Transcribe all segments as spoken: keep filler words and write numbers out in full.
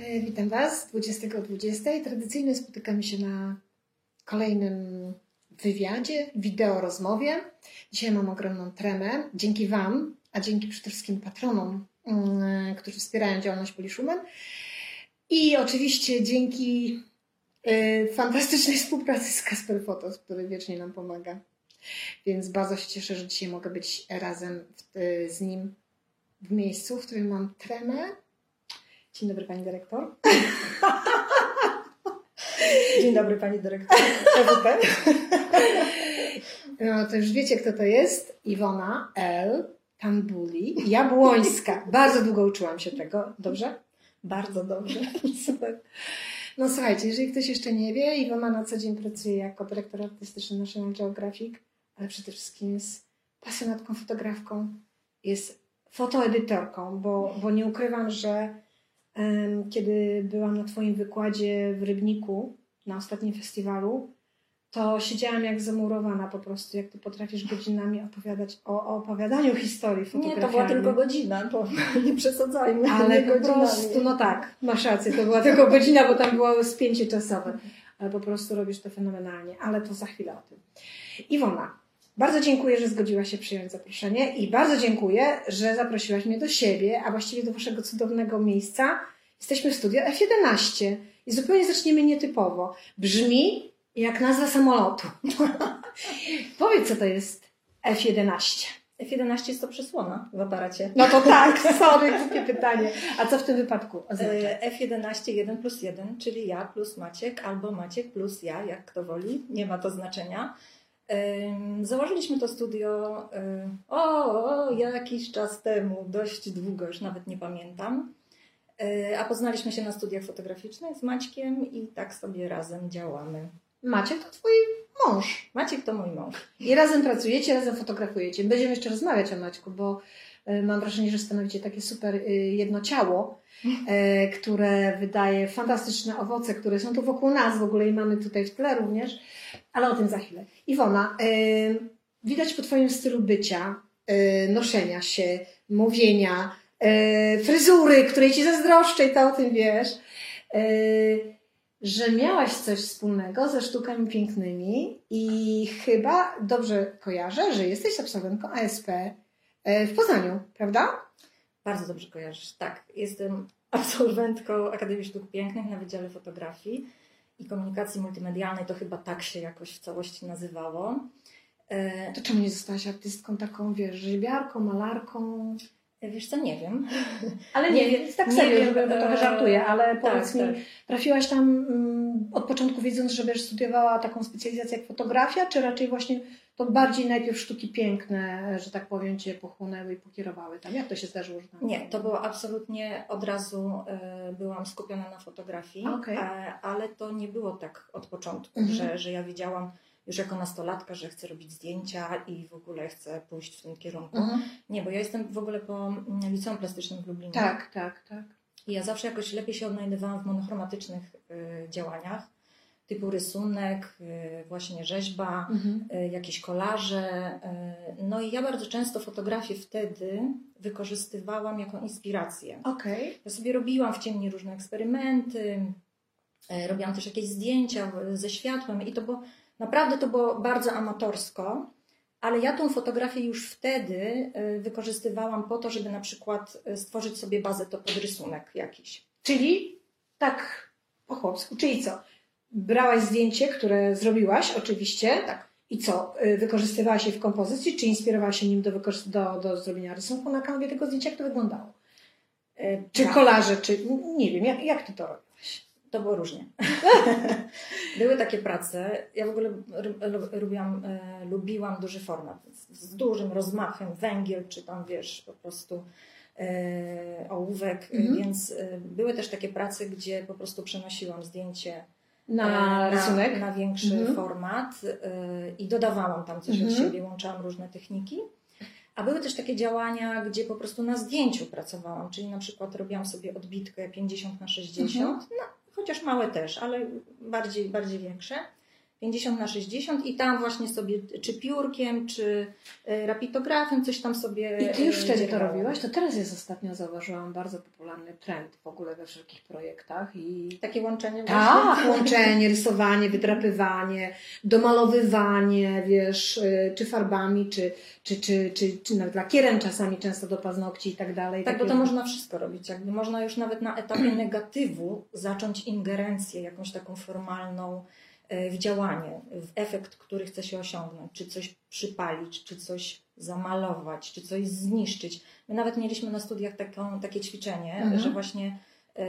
Witam Was dwudziestego o dwudziestej. Tradycyjnie spotykamy się na kolejnym wywiadzie, wideo rozmowie. Dzisiaj mam ogromną tremę. Dzięki Wam, a dzięki przede wszystkim patronom, yy, którzy wspierają działalność Polishuman. I oczywiście dzięki yy, fantastycznej współpracy z Kasper Photos, który wiecznie nam pomaga. Więc bardzo się cieszę, że dzisiaj mogę być razem w, yy, z nim w miejscu, w którym mam tremę. Dzień dobry Pani Dyrektor. Dzień dobry Pani Dyrektor. No to już wiecie, kto to jest. Iwona L. Tambuli Jabłońska. Bardzo długo uczyłam się tego. Dobrze? Bardzo dobrze. Super. No słuchajcie, jeżeli ktoś jeszcze nie wie, Iwona na co dzień pracuje jako dyrektor artystyczny National Geographic, ale przede wszystkim jest pasjonatką, fotografką, jest fotoedytorką, bo, bo nie ukrywam, że um, kiedy byłam na Twoim wykładzie w Rybniku na ostatnim festiwalu, to siedziałam jak zamurowana po prostu, jak Ty potrafisz godzinami opowiadać o, o opowiadaniu historii fotografiami. Nie, to była tylko godzina, to nie przesadzajmy. Ale nie po prostu, no tak, masz rację, to była tylko godzina, bo tam było spięcie czasowe. Ale po prostu robisz to fenomenalnie, ale to za chwilę o tym. Iwona, bardzo dziękuję, że zgodziłaś się przyjąć zaproszenie i bardzo dziękuję, że zaprosiłaś mnie do siebie, a właściwie do Waszego cudownego miejsca. Jesteśmy w studio F jedenaście i zupełnie zaczniemy nietypowo. Brzmi jak nazwa samolotu. Powiedz, co to jest F jedenaście. F jedenaście jest to przysłona w aparacie. No to tak, sorry, głupie pytanie. A co w tym wypadku oznacza? F jedenaście jeden plus jeden, czyli ja plus Maciek, albo Maciek plus ja, jak kto woli. Nie ma to znaczenia. Założyliśmy to studio o, o, jakiś czas temu, dość długo, już nawet nie pamiętam. A poznaliśmy się na studiach fotograficznych z Maćkiem i tak sobie razem działamy. Maciek to Twój mąż. Maciek to mój mąż. I razem pracujecie, razem fotografujecie. Będziemy jeszcze rozmawiać o Maćku, bo mam wrażenie, że stanowicie takie super jedno ciało, które wydaje fantastyczne owoce, które są tu wokół nas w ogóle i mamy tutaj w tle również, ale o tym za chwilę. Iwona, widać po Twoim stylu bycia, noszenia się, mówienia, fryzury, której Ci zazdroszczę i to o tym wiesz, że miałaś coś wspólnego ze sztukami pięknymi i chyba dobrze kojarzę, że jesteś absolwentką A S P w Poznaniu, prawda? Bardzo dobrze kojarzysz, tak. Jestem absolwentką Akademii Sztuk Pięknych na Wydziale Fotografii i Komunikacji Multimedialnej, to chyba tak się jakoś w całości nazywało. To czemu nie zostałaś artystką taką, wiesz, rzeźbiarką, malarką? Wiesz co, nie wiem. Ale nie, nie wiem, tak serio, wiem, żeby, bo trochę żartuję, ale powiedz tak, mi, tak. Trafiłaś tam um, od początku wiedząc, że będziesz studiowała taką specjalizację jak fotografia, czy raczej właśnie to bardziej najpierw sztuki piękne, że tak powiem, Cię pochłonęły i pokierowały tam? Jak to się zdarzyło? Że tam... Nie, to było absolutnie od razu y, byłam skupiona na fotografii, okay. a, ale to nie było tak od początku, mhm. że, że ja wiedziałam już jako nastolatka, że chcę robić zdjęcia i w ogóle chcę pójść w tym kierunku. Mhm. Nie, bo ja jestem w ogóle po liceum plastycznym w Lublinie. Tak, tak, tak. I ja zawsze jakoś lepiej się odnajdywałam w monochromatycznych y, działaniach, typu rysunek, y, właśnie rzeźba, mhm. y, jakieś kolaże. Y, no i ja bardzo często fotografię wtedy wykorzystywałam jako inspirację. Okay. Ja sobie robiłam w ciemni różne eksperymenty, y, robiłam też jakieś zdjęcia ze światłem i to było naprawdę to było bardzo amatorsko, ale ja tą fotografię już wtedy wykorzystywałam po to, żeby na przykład stworzyć sobie bazę to pod rysunek jakiś. Czyli tak po chłopsku, czyli co? Brałaś zdjęcie, które zrobiłaś oczywiście, tak. I co? Wykorzystywałaś je w kompozycji, czy inspirowałaś się nim do, do, do zrobienia rysunku na kanwie tego zdjęcia? Jak to wyglądało? Czy tak. Kolaże, czy nie wiem, jak, jak Ty to robiłaś? To było różnie. Były takie prace. Ja w ogóle lubiłam, lubiłam duży format. Z dużym rozmachem, węgiel, czy tam wiesz, po prostu e, ołówek. Mhm. Więc były też takie prace, gdzie po prostu przenosiłam zdjęcie na, na rysunek, na większy mhm. format e, i dodawałam tam coś mhm. od siebie, łączyłam różne techniki. A były też takie działania, gdzie po prostu na zdjęciu pracowałam, czyli na przykład robiłam sobie odbitkę pięćdziesiąt na sześćdziesiąt, mhm. no, chociaż małe też, ale bardziej, bardziej większe. pięćdziesiąt na sześćdziesiąt i tam właśnie sobie czy piórkiem, czy rapitografem coś tam sobie I ty już wtedy to dziergałam. robiłaś? To teraz jest ostatnio zauważyłam bardzo popularny trend w ogóle we wszelkich projektach. I Takie łączenie tak, właśnie. łączenie, rysowanie, wydrapywanie, domalowywanie, wiesz, czy farbami, czy, czy, czy, czy, czy nawet lakierem czasami często do paznokci i tak dalej. Tak, Takie- bo to można wszystko robić. Jakby można już nawet na etapie negatywu zacząć ingerencję jakąś taką formalną w działanie, w efekt, który chce się osiągnąć, czy coś przypalić, czy coś zamalować, czy coś zniszczyć. My nawet mieliśmy na studiach taką, takie ćwiczenie, Mhm. że właśnie y,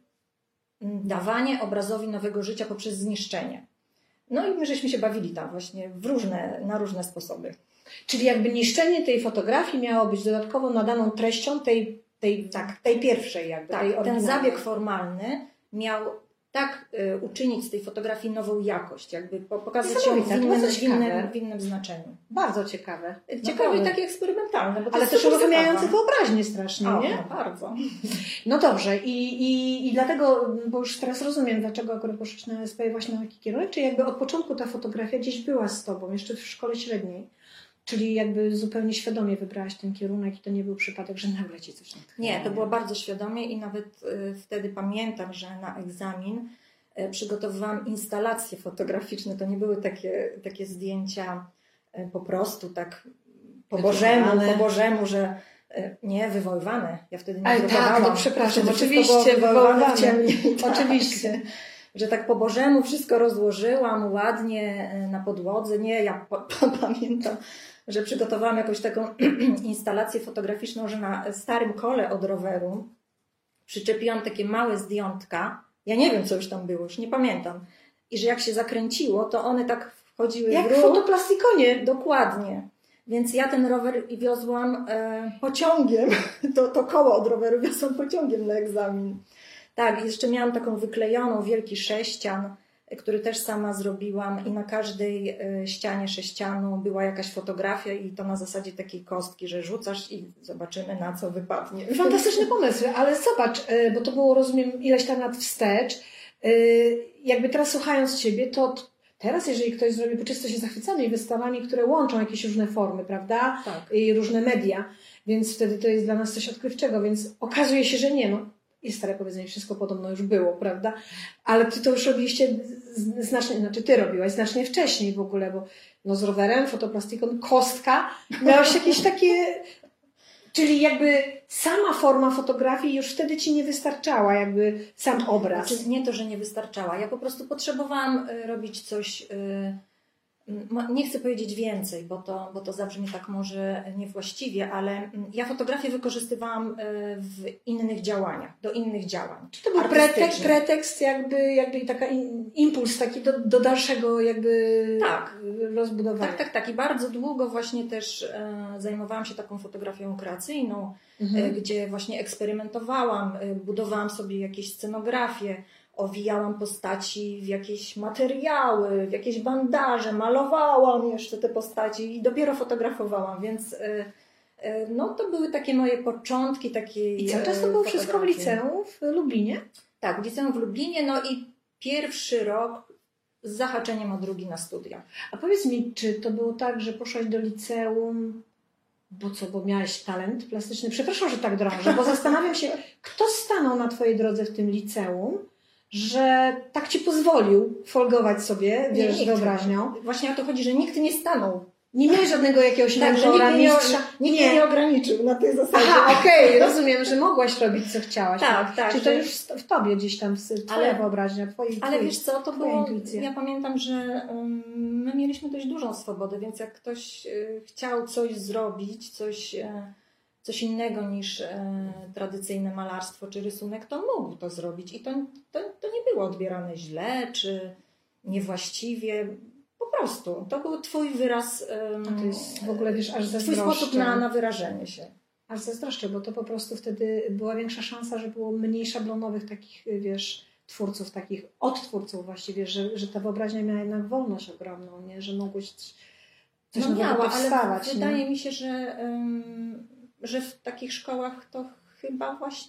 dawanie obrazowi nowego życia poprzez zniszczenie. No i my żeśmy się bawili tam właśnie w różne, na różne sposoby. Czyli jakby niszczenie tej fotografii miało być dodatkowo nadaną treścią tej, tej, tak, tej pierwszej jakby, Tak, tej ten oryginalnej. zabieg formalny miał tak y, uczynić z tej fotografii nową jakość, jakby po- pokazać ją w Niesamowite, to innym, bardzo w innym, ciekawe. w innym znaczeniu. Bardzo ciekawe. Ciekawe i Naprawdę. takie eksperymentalne. Bo to Ale jest też super uruchamiające zabawa. wyobraźnię strasznie, O, nie? no, bardzo. No dobrze, i, i, i dlatego, bo już teraz rozumiem, dlaczego akurat poszłaś na S P właśnie na taki kierunek, czy jakby od początku ta fotografia gdzieś była z Tobą, jeszcze w szkole średniej, czyli jakby zupełnie świadomie wybrałaś ten kierunek i to nie był przypadek, że nagle Ci coś natchnęło. Nie, to było bardzo świadomie i nawet y, wtedy pamiętam, że na egzamin y, przygotowywałam instalacje fotograficzne. To nie były takie, takie zdjęcia y, po prostu tak po bożemu, Wywoływane. po bożemu, że y, nie, wywoływane. Ja wtedy nie Ale drukowałam. tak, no przepraszam, Wtedy oczywiście, wszystko było wywoływane w wywoływane. ciemni. Tak. Oczywiście. Że tak po bożemu wszystko rozłożyłam ładnie y, na podłodze. Nie, ja po, po, pamiętam, że przygotowałam jakąś taką instalację fotograficzną, że na starym kole od roweru przyczepiłam takie małe zdjątka. Ja nie wiem, co już tam było, już nie pamiętam. I że jak się zakręciło, to one tak wchodziły Jak w w ruch. fotoplastikonie. Dokładnie. Więc ja ten rower wiozłam e, pociągiem. To, to koło od roweru wiozłam pociągiem na egzamin. Tak, i jeszcze miałam taką wyklejoną wielki sześcian, który też sama zrobiłam i na każdej e, ścianie sześcianu była jakaś fotografia i to na zasadzie takiej kostki, że rzucasz i zobaczymy, na co wypadnie. Fantastyczny pomysł, ale zobacz, y, bo to było, rozumiem, ileś tam lat wstecz. Y, Jakby teraz słuchając Ciebie, to t- teraz, jeżeli ktoś zrobi, bo często się zachwycamy wystawami, które łączą jakieś różne formy, prawda? Tak. I różne media, więc wtedy to jest dla nas coś odkrywczego, więc okazuje się, że nie, no. Jest stare powiedzenie, wszystko podobno już było, prawda? Ale Ty to już robiliście z- znacznie, znaczy Ty robiłaś znacznie wcześniej w ogóle, bo no z rowerem, fotoplastiką, kostka, miałaś jakieś takie... Czyli jakby sama forma fotografii już wtedy Ci nie wystarczała, jakby sam obraz. Znaczy, nie to, że nie wystarczała. Ja po prostu potrzebowałam y, robić coś, y, m- nie chcę powiedzieć więcej, bo to, bo to zabrzmi tak może niewłaściwie, ale mm, ja fotografię wykorzystywałam y, w innych działaniach, do innych działań. Czy to był artystycznych. pretekst, pretekst jakby, jakby taka in, impuls taki do, do dalszego jakby Tak. rozbudowania. Tak, tak, tak. I bardzo długo właśnie też e, zajmowałam się taką fotografią kreacyjną, e, Mhm. gdzie właśnie eksperymentowałam, e, budowałam sobie jakieś scenografie, owijałam postaci w jakieś materiały, w jakieś bandaże, malowałam jeszcze te postaci i dopiero fotografowałam, więc e, e, no to były takie moje początki takiej I cały czas to e, było wszystko w fotografii. liceum w Lublinie? Tak, w liceum w Lublinie, no i pierwszy rok z zahaczeniem o drugi na studia. A powiedz mi, czy to było tak, że poszłaś do liceum, bo co, bo miałaś talent plastyczny? Przepraszam, że tak drążę, bo zastanawiam się, kto stanął na Twojej drodze w tym liceum, że tak Ci pozwolił folgować sobie, wiesz, nikt. wyobraźnią. Właśnie o to chodzi, że nikt nie stanął. Nie miałeś żadnego jakiegoś Tak, że mentora, nikt mnie nie, mistrza? nikt mnie nie ograniczył na tej zasadzie. Aha, okej, rozumiem, że mogłaś robić, co chciałaś. Tak, tak, Czyli to że- już w Tobie gdzieś tam, Twoja Ale- wyobraźnia, Twoi, Ale twoi- wiesz co, to twoja było, intuicja. ja pamiętam, że um, my mieliśmy dość dużą swobodę, więc jak ktoś e, chciał coś zrobić, coś, e, coś innego niż e, tradycyjne malarstwo czy rysunek, to mógł to zrobić i to, to, to nie było odbierane źle czy niewłaściwie. Po prostu. To był twój wyraz, um, To jest w ogóle, wiesz, aż twój zazdroszczę. sposób na, na wyrażenie się. Aż zazdroszczę, bo to po prostu wtedy była większa szansa, że było mniej szablonowych takich, wiesz, twórców, takich odtwórców właściwie, że, że ta wyobraźnia miała jednak wolność ogromną, nie? Że mogłeś coś No nowego miała, ale powstawać. wydaje nie? mi się, że, um, że w takich szkołach to chyba właśnie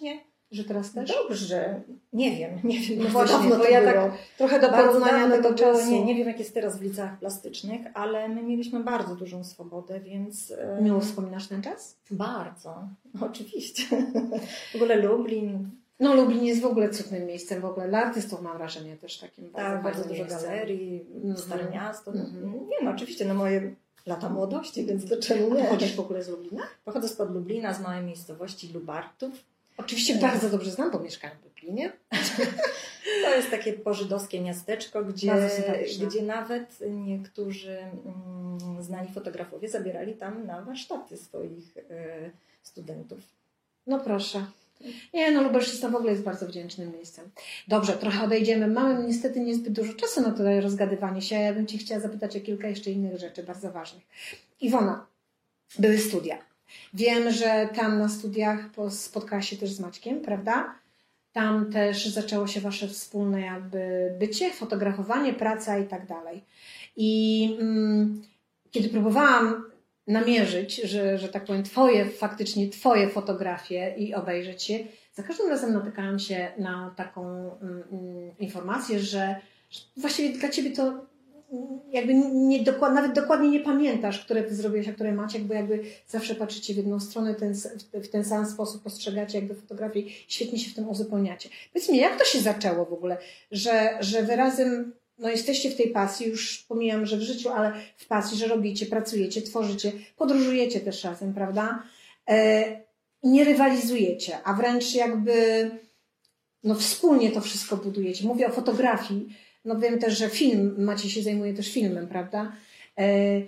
Że teraz też? Dobrze, nie wiem, nie wiem. No właśnie, dawno bo to ja było. tak trochę do Bardzo porównania dawno tego to było. czasu. Nie, nie wiem, jak jest teraz w liceach plastycznych, ale my mieliśmy bardzo dużą swobodę, więc... e, Miło wspominasz ten czas? Bardzo, oczywiście. W ogóle Lublin, No Lublin jest w ogóle cudnym miejscem, w ogóle dla artystów mam wrażenie też takim bardzo, tak, bardzo fajnym dużo miejscem. galerii, Mhm. Stare Miasto. Mhm. Nie no, oczywiście, no moje lata młodości, więc do czemu nie? Chodzisz w ogóle z Lublina? Pochodzę spod Lublina, z małej miejscowości Lubartów. Oczywiście bardzo dobrze znam, bo mieszkam w Lublinie. To jest takie pożydowskie miasteczko, gdzie, Bardzo sympatyczne. gdzie nawet niektórzy mm, znani fotografowie zabierali tam na warsztaty swoich y, studentów. No proszę. Nie, no Lubelszczyzna w ogóle jest bardzo wdzięcznym miejscem. Dobrze, trochę odejdziemy. Mamy niestety niezbyt dużo czasu na to rozgadywanie się. Ja bym Cię chciała zapytać o kilka jeszcze innych rzeczy bardzo ważnych. Iwona, były studia. Wiem, że tam na studiach spotkałaś się też z Maćkiem, prawda? Tam też zaczęło się Wasze wspólne jakby bycie, fotografowanie, praca i tak dalej. I mm, kiedy próbowałam namierzyć, że, że tak powiem, Twoje, faktycznie Twoje fotografie i obejrzeć je, za każdym razem natykałam się na taką mm, informację, że, że właściwie dla Ciebie to jakby nie dokład, nawet dokładnie nie pamiętasz, które Ty zrobiłeś, a które Maciek, bo jakby zawsze patrzycie w jedną stronę, ten, w ten sam sposób postrzegacie jakby fotografii, świetnie się w tym uzupełniacie. Powiedz mi, jak to się zaczęło w ogóle, że, że Wy razem no jesteście w tej pasji, już pomijam, że w życiu, ale w pasji, że robicie, pracujecie, tworzycie, podróżujecie też razem, prawda? E, nie rywalizujecie, a wręcz jakby no wspólnie to wszystko budujecie. Mówię o fotografii. No wiem też, że film, Maciej się zajmuje też filmem, prawda? E,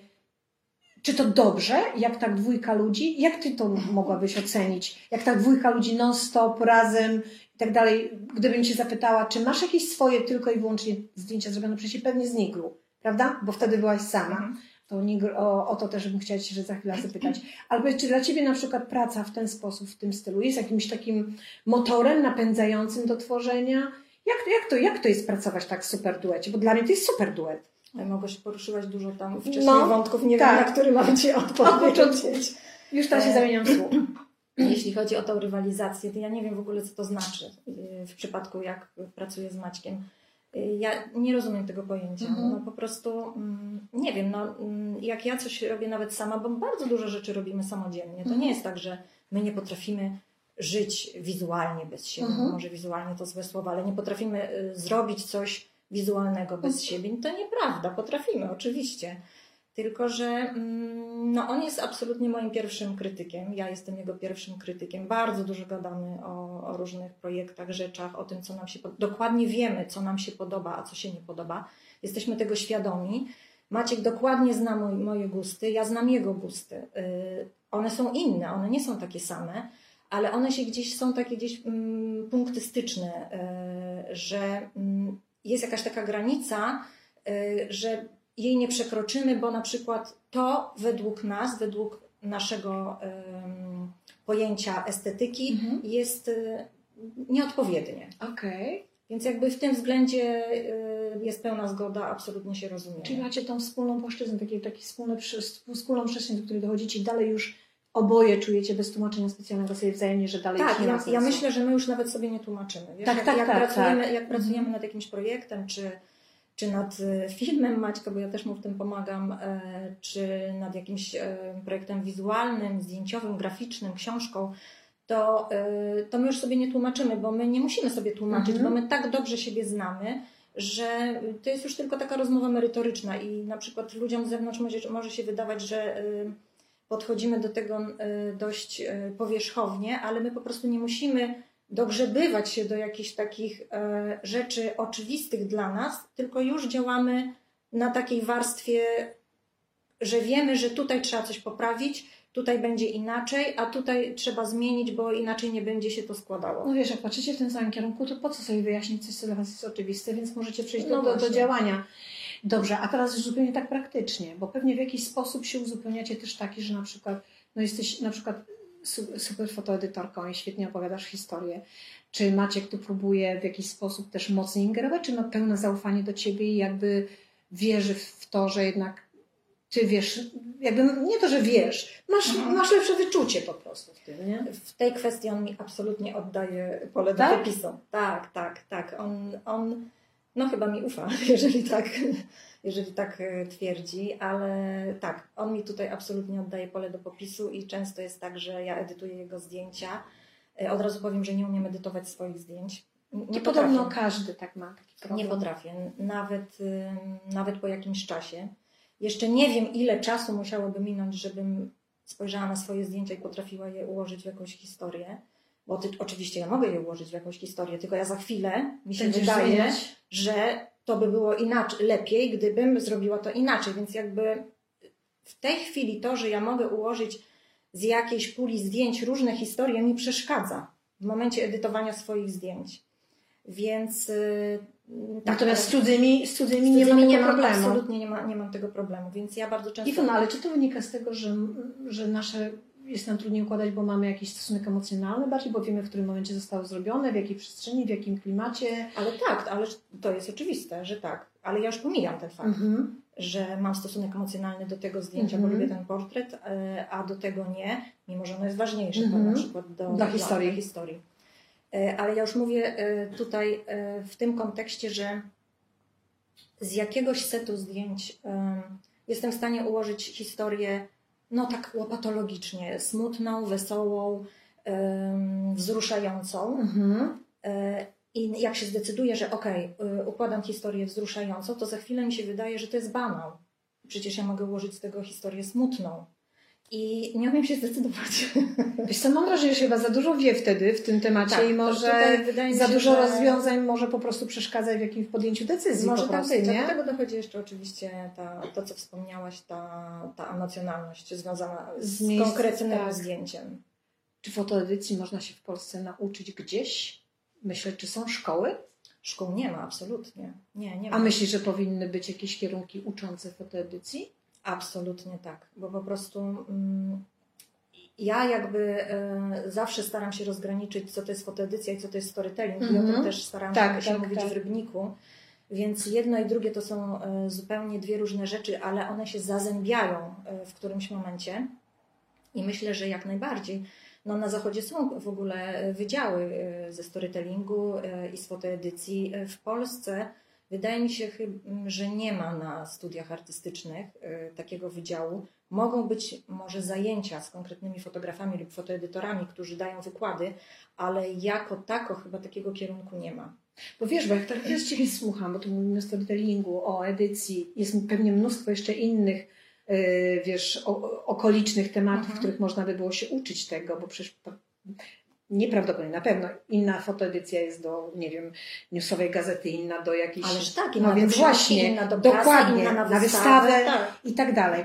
czy to dobrze, jak tak dwójka ludzi? Jak Ty to mogłabyś ocenić? Jak tak dwójka ludzi non-stop, razem i tak dalej? Gdybym Cię zapytała, czy masz jakieś swoje tylko i wyłącznie zdjęcia zrobione przez Ciebie? Pewnie z Nigru, prawda? Bo wtedy byłaś sama. To Nigr, o, o to też bym chciała Cię za chwilę zapytać. Ale czy dla Ciebie na przykład praca w ten sposób, w tym stylu jest jakimś takim motorem napędzającym do tworzenia? Jak, jak, to, jak to jest pracować tak w super duecie? Bo dla mnie to jest super duet. Mogłaś poruszywać dużo tam wcześniej No, wątków, nie tak. wiem, na który mam Ci odpowiedzieć. Już teraz się zamieniam w słów. Jeśli chodzi o tą rywalizację, to ja nie wiem w ogóle, co to znaczy w przypadku, jak pracuję z Maćkiem. Ja nie rozumiem tego pojęcia. Mhm. No po prostu mm, nie wiem, no, mm, jak ja coś robię nawet sama, bo bardzo dużo rzeczy robimy samodzielnie. To Mhm. nie jest tak, że my nie potrafimy żyć wizualnie bez siebie. Mhm. Może wizualnie to złe słowo, ale nie potrafimy y, zrobić coś wizualnego bez Mhm. siebie. To nieprawda, potrafimy oczywiście. Tylko, że mm, no, on jest absolutnie moim pierwszym krytykiem. Ja jestem jego pierwszym krytykiem. Bardzo dużo gadamy o, o różnych projektach, rzeczach, o tym, co nam się podoba. Dokładnie wiemy, co nam się podoba, a co się nie podoba. Jesteśmy tego świadomi. Maciek dokładnie zna moi, moje gusty, ja znam jego gusty. Yy, one są inne, one nie są takie same, ale one się gdzieś są takie gdzieś mm, punkty styczne, yy, że yy, jest jakaś taka granica, yy, że jej nie przekroczymy, bo na przykład to według nas, według naszego um, pojęcia estetyki Mhm. jest y, nieodpowiednie. Okej. Okay. Więc jakby w tym względzie y, jest pełna zgoda, absolutnie się rozumiemy. Czyli macie tą wspólną płaszczyznę, taki, taki wspólny, wspólną przestrzeń, do której dochodzicie i dalej już oboje czujecie bez tłumaczenia specjalnego sobie wzajemnie, że dalej tak, już nie ma ja, sensu. ja myślę, że my już nawet sobie nie tłumaczymy. Wiesz, Tak, jak, tak, jak tak, pracujemy, tak. Jak pracujemy Mhm. nad jakimś projektem, czy czy nad filmem Maćka, bo ja też mu w tym pomagam, czy nad jakimś projektem wizualnym, zdjęciowym, graficznym, książką, to, to my już sobie nie tłumaczymy, bo my nie musimy sobie tłumaczyć, Mhm. bo my tak dobrze siebie znamy, że to jest już tylko taka rozmowa merytoryczna i na przykład ludziom z zewnątrz może, może się wydawać, że podchodzimy do tego dość powierzchownie, ale my po prostu nie musimy dogrzebywać się do jakichś takich e, rzeczy oczywistych dla nas, tylko już działamy na takiej warstwie, że wiemy, że tutaj trzeba coś poprawić, tutaj będzie inaczej, a tutaj trzeba zmienić, bo inaczej nie będzie się to składało. No wiesz, jak patrzycie w tym samym kierunku, to po co sobie wyjaśnić coś, co dla Was jest oczywiste, więc możecie przejść do, No do, do właśnie. działania. Dobrze, a teraz już zupełnie tak praktycznie, bo pewnie w jakiś sposób się uzupełniacie też taki, że na przykład, no jesteś na przykład super fotoedytorką i świetnie opowiadasz historię. Czy Maciek tu próbuje w jakiś sposób też mocniej ingerować, czy ma pełne zaufanie do Ciebie i jakby wierzy w to, że jednak Czy wiesz, jakby nie to, że wiesz, masz, mhm. masz lepsze wyczucie po prostu w tym, nie? W tej kwestii on mi absolutnie oddaje pole tak? do popisu. Tak, tak, tak. On, on no chyba mi ufa, jeżeli tak, jeżeli tak twierdzi, ale tak, on mi tutaj absolutnie oddaje pole do popisu i często jest tak, że ja edytuję jego zdjęcia. Od razu powiem, że nie umiem edytować swoich zdjęć. Nie podobno każdy tak ma taki problem. Nie potrafię, nawet, nawet po jakimś czasie. Jeszcze nie wiem, ile czasu musiałoby minąć, żebym spojrzała na swoje zdjęcia i potrafiła je ułożyć w jakąś historię. Bo ty, oczywiście ja mogę je ułożyć w jakąś historię, tylko ja za chwilę mi się Będziesz wydaje, zmieniać? że to by było inaczej, lepiej, gdybym zrobiła to inaczej. Więc jakby w tej chwili to, że ja mogę ułożyć z jakiejś puli zdjęć różne historie, mi przeszkadza w momencie edytowania swoich zdjęć. Więc tak, natomiast z cudzymi, z cudzymi nie, ma nie mam problemu. Absolutnie nie, ma, nie mam tego problemu, więc ja bardzo często... Iwona, ale czy to wynika z tego, że, że nasze jest nam trudniej układać, bo mamy jakiś stosunek emocjonalny bardziej, bo wiemy, w którym momencie zostało zrobione, w jakiej przestrzeni, w jakim klimacie? Ale tak, ale to jest oczywiste, że tak. Ale ja już pomijam ten fakt, mhm. że mam stosunek emocjonalny do tego zdjęcia, mhm. bo lubię ten portret, a do tego nie, mimo że ono jest ważniejsze, mhm. na przykład do, dla historii. Dla historii. Ale ja już mówię tutaj w tym kontekście, że z jakiegoś setu zdjęć jestem w stanie ułożyć historię no tak łopatologicznie, smutną, wesołą, wzruszającą. Mhm. I jak się zdecyduję, że okej, okay, układam historię wzruszającą, to za chwilę mi się wydaje, że to jest banał. Przecież ja mogę ułożyć z tego historię smutną. I nie umiem się zdecydować. Wiesz co, mam wrażenie, że chyba za dużo wie wtedy w tym temacie tak, i może za się, dużo że... rozwiązań może po prostu przeszkadzać w jakimś podjęciu decyzji. Może po prostu, tak, nie? Do tego dochodzi jeszcze oczywiście ta, to, co wspomniałaś, ta, ta emocjonalność związana z, z miejsc, konkretnym tak. zdjęciem. Czy fotoedycji można się w Polsce nauczyć gdzieś? Myślę, czy są szkoły? Szkół nie ma, absolutnie. Nie, nie ma. A myślisz, że powinny być jakieś kierunki uczące fotoedycji? Absolutnie tak, bo po prostu mm, ja jakby y, zawsze staram się rozgraniczyć, co to jest fotoedycja i co to jest storytelling. Mm-hmm. I o tym też staram tak, się tak, mówić tak. w Rybniku. Więc jedno i drugie to są y, zupełnie dwie różne rzeczy, ale one się zazębiają y, w którymś momencie. I myślę, że jak najbardziej. No, na Zachodzie są w ogóle wydziały y, ze storytellingu y, i z fotoedycji. W Polsce wydaje mi się, że nie ma na studiach artystycznych y, takiego wydziału. Mogą być może zajęcia z konkretnymi fotografami lub fotoedytorami, którzy dają wykłady, ale jako tako chyba takiego kierunku nie ma. Bo wiesz, bo jak tak teraz Ciebie słucham, bo tu mówimy o storytellingu, o edycji, jest pewnie mnóstwo jeszcze innych, yy, wiesz, o, okolicznych tematów, mhm. w których można by było się uczyć tego, bo przecież... Nieprawdopodobnie, na pewno inna fotoedycja jest do, nie wiem, newsowej gazety, inna do jakiejś... Ależ tak, inna no więc właśnie, inna do dokładnie, inna na wystawę, na wystawę tak. i tak dalej.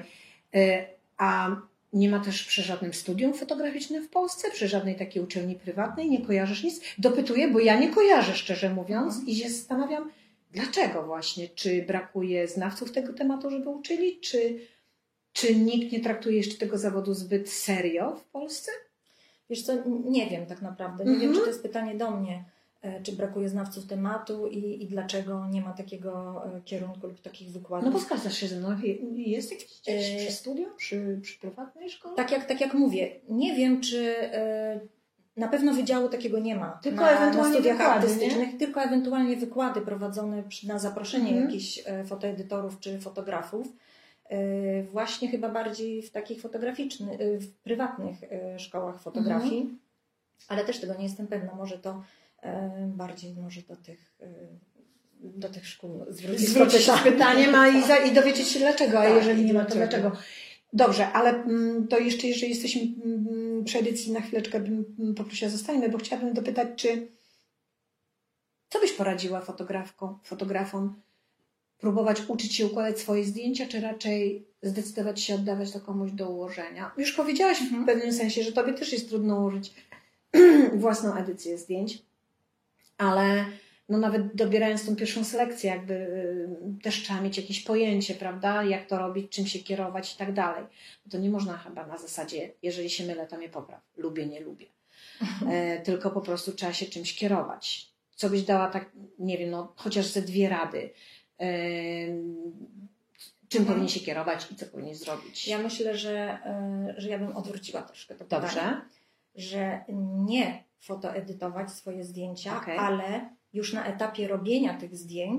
A nie ma też przy żadnym studium fotograficznym w Polsce, przy żadnej takiej uczelni prywatnej, nie kojarzysz nic? Dopytuję, bo ja nie kojarzę, szczerze mówiąc, mhm. i się zastanawiam, dlaczego właśnie? Czy brakuje znawców tego tematu, żeby uczyli? Czy, czy nikt nie traktuje jeszcze tego zawodu zbyt serio w Polsce? Wiesz co, nie wiem tak naprawdę. Nie mm-hmm. wiem, czy to jest pytanie do mnie, czy brakuje znawców tematu i, i dlaczego nie ma takiego kierunku lub takich wykładów. No bo zgadzasz się ze mną. Jest jakieś gdzieś przy studium, przy, przy prywatnej szkole? Tak jak, tak jak mówię, nie wiem, czy na pewno wydziału takiego nie ma. Tylko na, ewentualnie na studiach wykłady, artystycznych, nie? Tylko ewentualnie wykłady prowadzone na zaproszenie mm-hmm. jakichś fotoedytorów czy fotografów. Właśnie chyba bardziej w takich fotograficznych, w prywatnych szkołach fotografii, mhm. ale też tego nie jestem pewna, może to bardziej może do tych, do tych szkół zwrócić, zwrócić się z pytaniem a i, za, i dowiedzieć się dlaczego, a tak, jeżeli nie ma, to dlaczego. Dobrze, ale to jeszcze, jeżeli jesteśmy przy edycji, na chwileczkę bym poprosiła, zostańmy, bo chciałabym dopytać, czy co byś poradziła fotografkom, fotografom, próbować uczyć się układać swoje zdjęcia, czy raczej zdecydować się oddawać to komuś do ułożenia? Już powiedziałaś mhm. w pewnym sensie, że tobie też jest trudno ułożyć własną edycję zdjęć, ale no nawet dobierając tą pierwszą selekcję, jakby y, też trzeba mieć jakieś pojęcie, prawda, jak to robić, czym się kierować i tak dalej. To nie można chyba na zasadzie, jeżeli się mylę, to mnie popraw. Lubię, nie lubię. Mhm. E, tylko po prostu trzeba się czymś kierować. Co byś dała tak, nie wiem, no chociaż ze dwie rady. czym hmm. powinien się kierować i co powinien zrobić? Ja myślę, że, że ja bym odwróciła troszkę to Dobrze. pytanie, że nie fotoedytować swoje zdjęcia, okay. ale już na etapie robienia tych zdjęć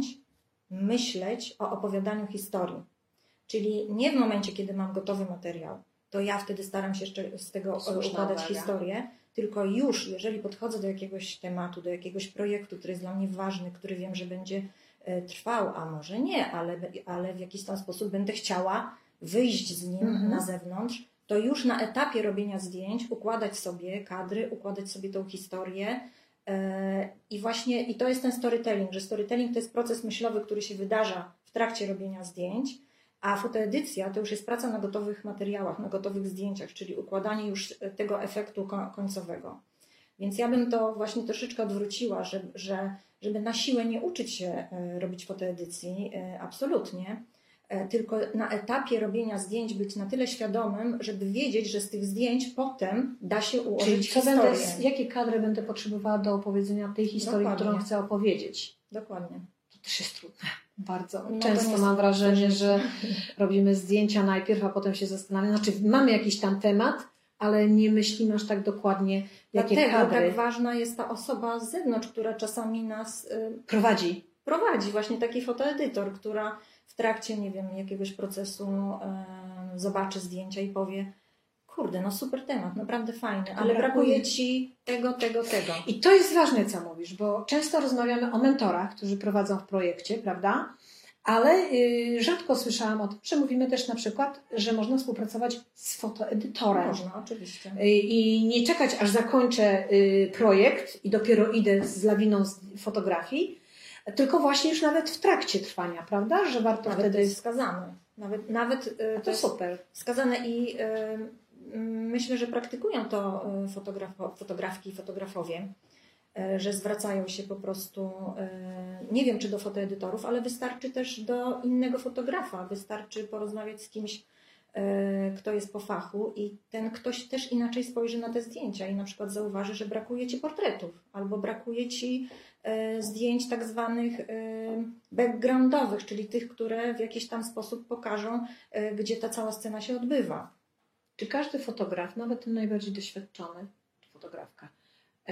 myśleć o opowiadaniu historii. Czyli nie w momencie, kiedy mam gotowy materiał, to ja wtedy staram się jeszcze z tego Słuszna układać uwaga. historię, tylko już, jeżeli podchodzę do jakiegoś tematu, do jakiegoś projektu, który jest dla mnie ważny, który wiem, że będzie trwał, a może nie, ale, ale w jakiś tam sposób będę chciała wyjść z nim mm-hmm. na zewnątrz, to już na etapie robienia zdjęć układać sobie kadry, układać sobie tą historię yy, i właśnie i to jest ten storytelling, że storytelling to jest proces myślowy, który się wydarza w trakcie robienia zdjęć, a fotoedycja to już jest praca na gotowych materiałach, na gotowych zdjęciach, czyli układanie już tego efektu końcowego. Więc ja bym to właśnie troszeczkę odwróciła, że, że, żeby na siłę nie uczyć się robić fotoedycji, absolutnie, tylko na etapie robienia zdjęć być na tyle świadomym, żeby wiedzieć, że z tych zdjęć potem da się ułożyć Czyli co historię. będę, jakie kadry będę potrzebowała do opowiedzenia tej historii, Dokładnie. którą chcę opowiedzieć. Dokładnie. To też jest trudne. Bardzo. No Często mam wrażenie, że robimy zdjęcia najpierw, a potem się zastanawiamy. Znaczy mamy jakiś tam temat, ale nie myślimy aż tak dokładnie, jakie Dlatego kadry. tak ważna jest ta osoba z zewnątrz, która czasami nas y, prowadzi. Prowadzi, właśnie taki fotoedytor, która w trakcie, nie wiem, jakiegoś procesu y, zobaczy zdjęcia i powie: kurde, no super temat, naprawdę fajny, ale brakuje, brakuje Ci tego, tego, tego. I to jest ważne, co mówisz, bo często rozmawiamy o mentorach, którzy prowadzą w projekcie, prawda? Ale yy, rzadko słyszałam o tym, że mówimy też na przykład, że można współpracować z fotoedytorem. Można, oczywiście. Yy, I nie czekać, aż zakończę yy, projekt i dopiero idę z lawiną z fotografii, tylko właśnie już nawet w trakcie trwania, prawda? Że warto nawet wtedy... to jest wskazane. Nawet, nawet yy, to, to jest super. Wskazane i yy, myślę, że praktykują to fotografo, fotografki i fotografowie, że zwracają się po prostu, nie wiem czy do fotoedytorów, ale wystarczy też do innego fotografa, wystarczy porozmawiać z kimś, kto jest po fachu i ten ktoś też inaczej spojrzy na te zdjęcia i na przykład zauważy, że brakuje Ci portretów albo brakuje Ci zdjęć tak zwanych backgroundowych, czyli tych, które w jakiś tam sposób pokażą, gdzie ta cała scena się odbywa. Czy każdy fotograf, nawet ten najbardziej doświadczony, fotografka, yy,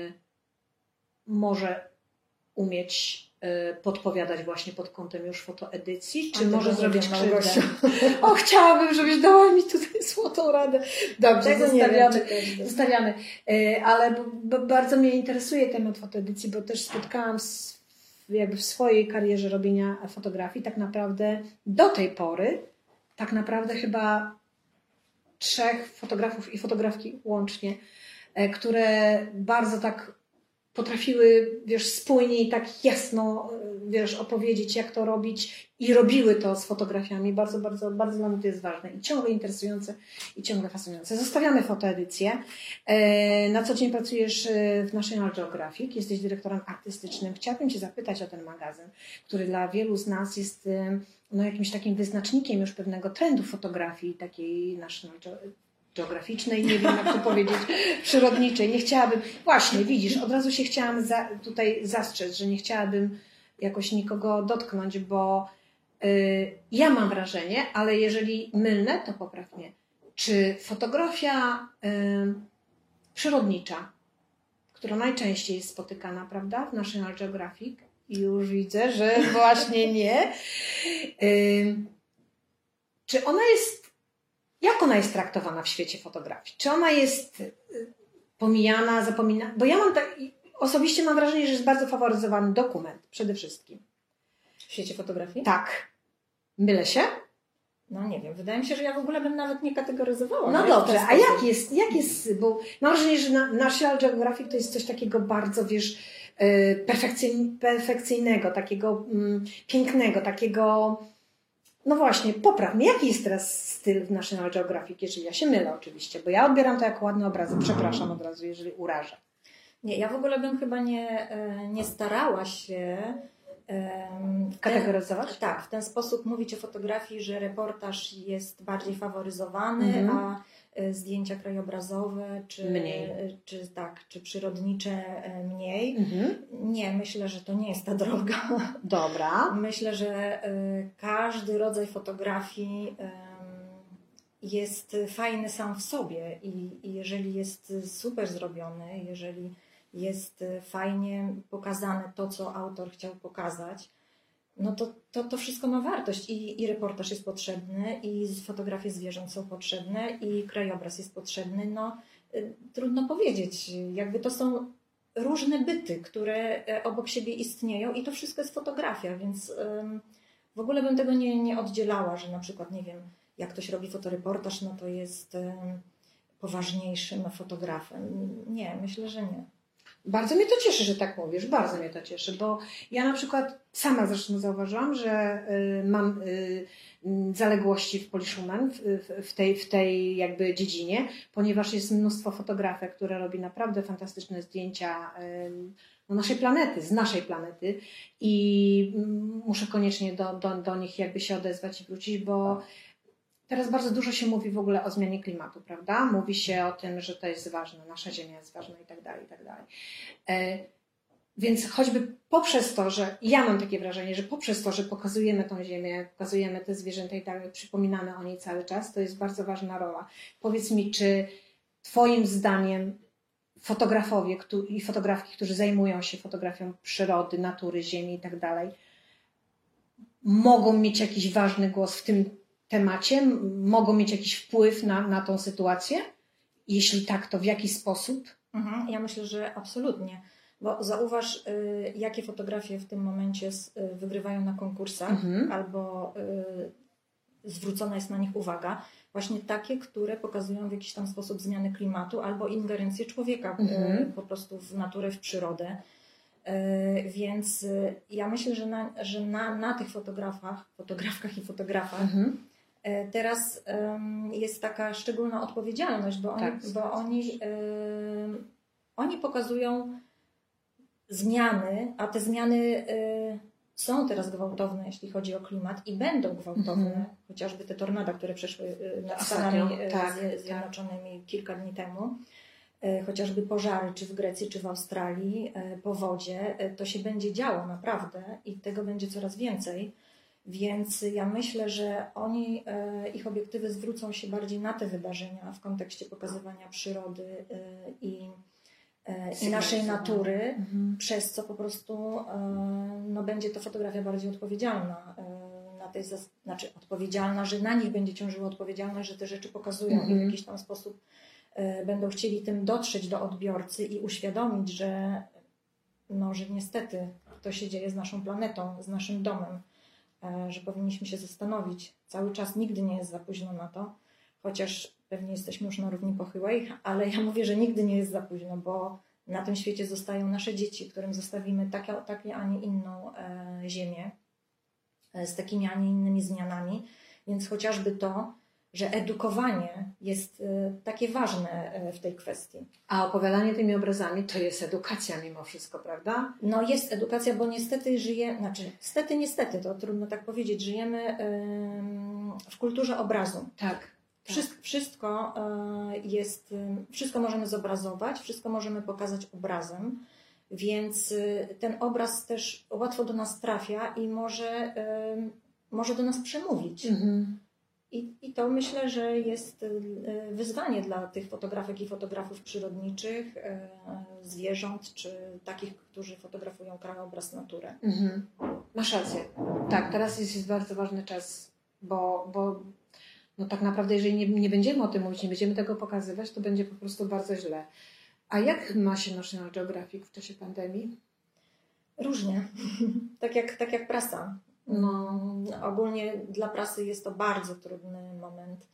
może umieć yy, podpowiadać właśnie pod kątem już fotoedycji? Czy może zrobić krzywdę? O, chciałabym, żebyś dała mi tutaj złotą radę. Dobrze, Tego zostawiamy. Nie wiem, zostawiamy. Yy, ale b- b- bardzo mnie interesuje temat fotoedycji, bo też spotkałam z, jakby w swojej karierze robienia fotografii tak naprawdę do tej pory, tak naprawdę chyba trzech fotografów i fotografki łącznie, które bardzo tak potrafiły, wiesz, spójnie i tak jasno, wiesz, opowiedzieć, jak to robić i robiły to z fotografiami. Bardzo, bardzo, bardzo dla mnie to jest ważne i ciągle interesujące i ciągle fascynujące. Zostawiamy fotoedycję. Na co dzień pracujesz w National Geographic, jesteś dyrektorem artystycznym. Chciałabym Cię zapytać o ten magazyn, który dla wielu z nas jest no, jakimś takim wyznacznikiem już pewnego trendu fotografii, takiej National Geograficznej, nie wiem jak to powiedzieć, przyrodniczej. Nie chciałabym, właśnie widzisz, od razu się chciałam za, tutaj zastrzec, że nie chciałabym jakoś nikogo dotknąć, bo y, ja mam wrażenie, ale jeżeli mylne, to popraw mnie. Czy fotografia y, przyrodnicza, która najczęściej jest spotykana, prawda, w National Geographic, i już widzę, że właśnie nie. Y, czy ona jest, jak ona jest traktowana w świecie fotografii? Czy ona jest pomijana, zapominana? Bo ja mam tak, osobiście mam wrażenie, że jest bardzo faworyzowany dokument przede wszystkim. W świecie fotografii? Tak. Mylę się? No nie wiem, wydaje mi się, że ja w ogóle bym nawet nie kategoryzowała. No dobrze, a jak jest, jak jest, bo mam wrażenie, że National Geographic to jest coś takiego bardzo, wiesz, perfekcyjnego, takiego mm, pięknego, takiego, no właśnie, popraw mnie, jaki jest teraz styl w National Geographic, jeżeli ja się mylę oczywiście, bo ja odbieram to jako ładny obrazek, przepraszam od razu, jeżeli urażę. Nie, ja w ogóle bym chyba nie, nie starała się um, kategoryzować? Ten, tak, w ten sposób mówić o fotografii, że reportaż jest bardziej faworyzowany, mm-hmm. a zdjęcia krajobrazowe, czy, mniej. czy, tak, czy przyrodnicze mniej. Mhm. Nie, myślę, że to nie jest ta droga. Dobra. Myślę, że każdy rodzaj fotografii jest fajny sam w sobie i, i jeżeli jest super zrobiony, jeżeli jest fajnie pokazane to, co autor chciał pokazać, no to, to, to wszystko ma wartość i, i reportaż jest potrzebny, i fotografie zwierząt są potrzebne, i krajobraz jest potrzebny. No, y, trudno powiedzieć, jakby to są różne byty, które obok siebie istnieją i to wszystko jest fotografia, więc y, w ogóle bym tego nie, nie oddzielała, że na przykład, nie wiem, jak ktoś robi fotoreportaż, no to jest y, poważniejszym fotografem. Nie, myślę, że nie. Bardzo mnie to cieszy, że tak mówisz, bardzo mnie to cieszy, bo ja na przykład sama zresztą zauważyłam, że y, mam y, zaległości w Polish Woman w, w, tej, w tej jakby dziedzinie, ponieważ jest mnóstwo fotografek, które robi naprawdę fantastyczne zdjęcia y, no, naszej planety, z naszej planety i y, muszę koniecznie do, do, do nich jakby się odezwać i wrócić, bo teraz bardzo dużo się mówi w ogóle o zmianie klimatu, prawda? Mówi się o tym, że to jest ważne, nasza Ziemia jest ważna i tak dalej, i tak dalej. E, więc choćby poprzez to, że ja mam takie wrażenie, że poprzez to, że pokazujemy tą Ziemię, pokazujemy te zwierzęta i tak, przypominamy o niej cały czas, to jest bardzo ważna rola. Powiedz mi, czy Twoim zdaniem fotografowie i fotografki, którzy zajmują się fotografią przyrody, natury, Ziemi i tak dalej, mogą mieć jakiś ważny głos w tym temacie, mogą mieć jakiś wpływ na, na tą sytuację? Jeśli tak, to w jaki sposób? Mhm, ja myślę, że absolutnie. Bo zauważ, y, jakie fotografie w tym momencie z, y, wygrywają na konkursach, mhm. albo y, zwrócona jest na nich uwaga. Właśnie takie, które pokazują w jakiś tam sposób zmiany klimatu albo ingerencję człowieka mhm. y, po prostu w naturę, w przyrodę. Y, więc y, ja myślę, że na, że na, na tych fotografach, fotografkach i fotografach mhm. Teraz um, jest taka szczególna odpowiedzialność, bo oni, tak, bo oni, um, oni pokazują zmiany, a te zmiany um, są teraz gwałtowne, jeśli chodzi o klimat i będą gwałtowne, mm-hmm. chociażby te tornada, które przeszły nad Stanami tak, Zjednoczonymi tak. kilka dni temu, chociażby pożary, czy w Grecji, czy w Australii, powodzie, to się będzie działo naprawdę i tego będzie coraz więcej. Więc ja myślę, że oni, ich obiektywy zwrócą się bardziej na te wydarzenia w kontekście pokazywania przyrody i, i naszej natury, mhm. przez co po prostu no, będzie to fotografia bardziej odpowiedzialna. Na tej, znaczy odpowiedzialna, że na nich będzie ciążyła odpowiedzialność, że te rzeczy pokazują mhm. i w jakiś tam sposób będą chcieli tym dotrzeć do odbiorcy i uświadomić, że, no, że niestety to się dzieje z naszą planetą, z naszym domem. Że powinniśmy się zastanowić. Cały czas nigdy nie jest za późno na to, chociaż pewnie jesteśmy już na równi pochyłej, ale ja mówię, że nigdy nie jest za późno, bo na tym świecie zostają nasze dzieci, którym zostawimy takie, takie a nie inną e, ziemię e, z takimi, a nie innymi zmianami, więc chociażby to, że edukowanie jest e, takie ważne e, w tej kwestii. A opowiadanie tymi obrazami to jest edukacja mimo wszystko, prawda? No jest edukacja, bo niestety żyje, znaczy niestety, niestety, to trudno tak powiedzieć, żyjemy y, w kulturze obrazu. Tak. Wszystko, tak. wszystko y, jest, y, wszystko możemy zobrazować, wszystko możemy pokazać obrazem, więc y, ten obraz też łatwo do nas trafia i może, y, może do nas przemówić. Mhm. I, I to myślę, że jest wyzwanie dla tych fotografek i fotografów przyrodniczych, zwierząt, czy takich, którzy fotografują krajobraz, naturę. Mhm. Masz rację. Tak, teraz jest, jest bardzo ważny czas, bo, bo no tak naprawdę jeżeli nie, nie będziemy o tym mówić, nie będziemy tego pokazywać, to będzie po prostu bardzo źle. A jak ma się National Geographic w czasie pandemii? Różnie. tak, jak, tak jak prasa. No, ogólnie dla prasy jest to bardzo trudny moment.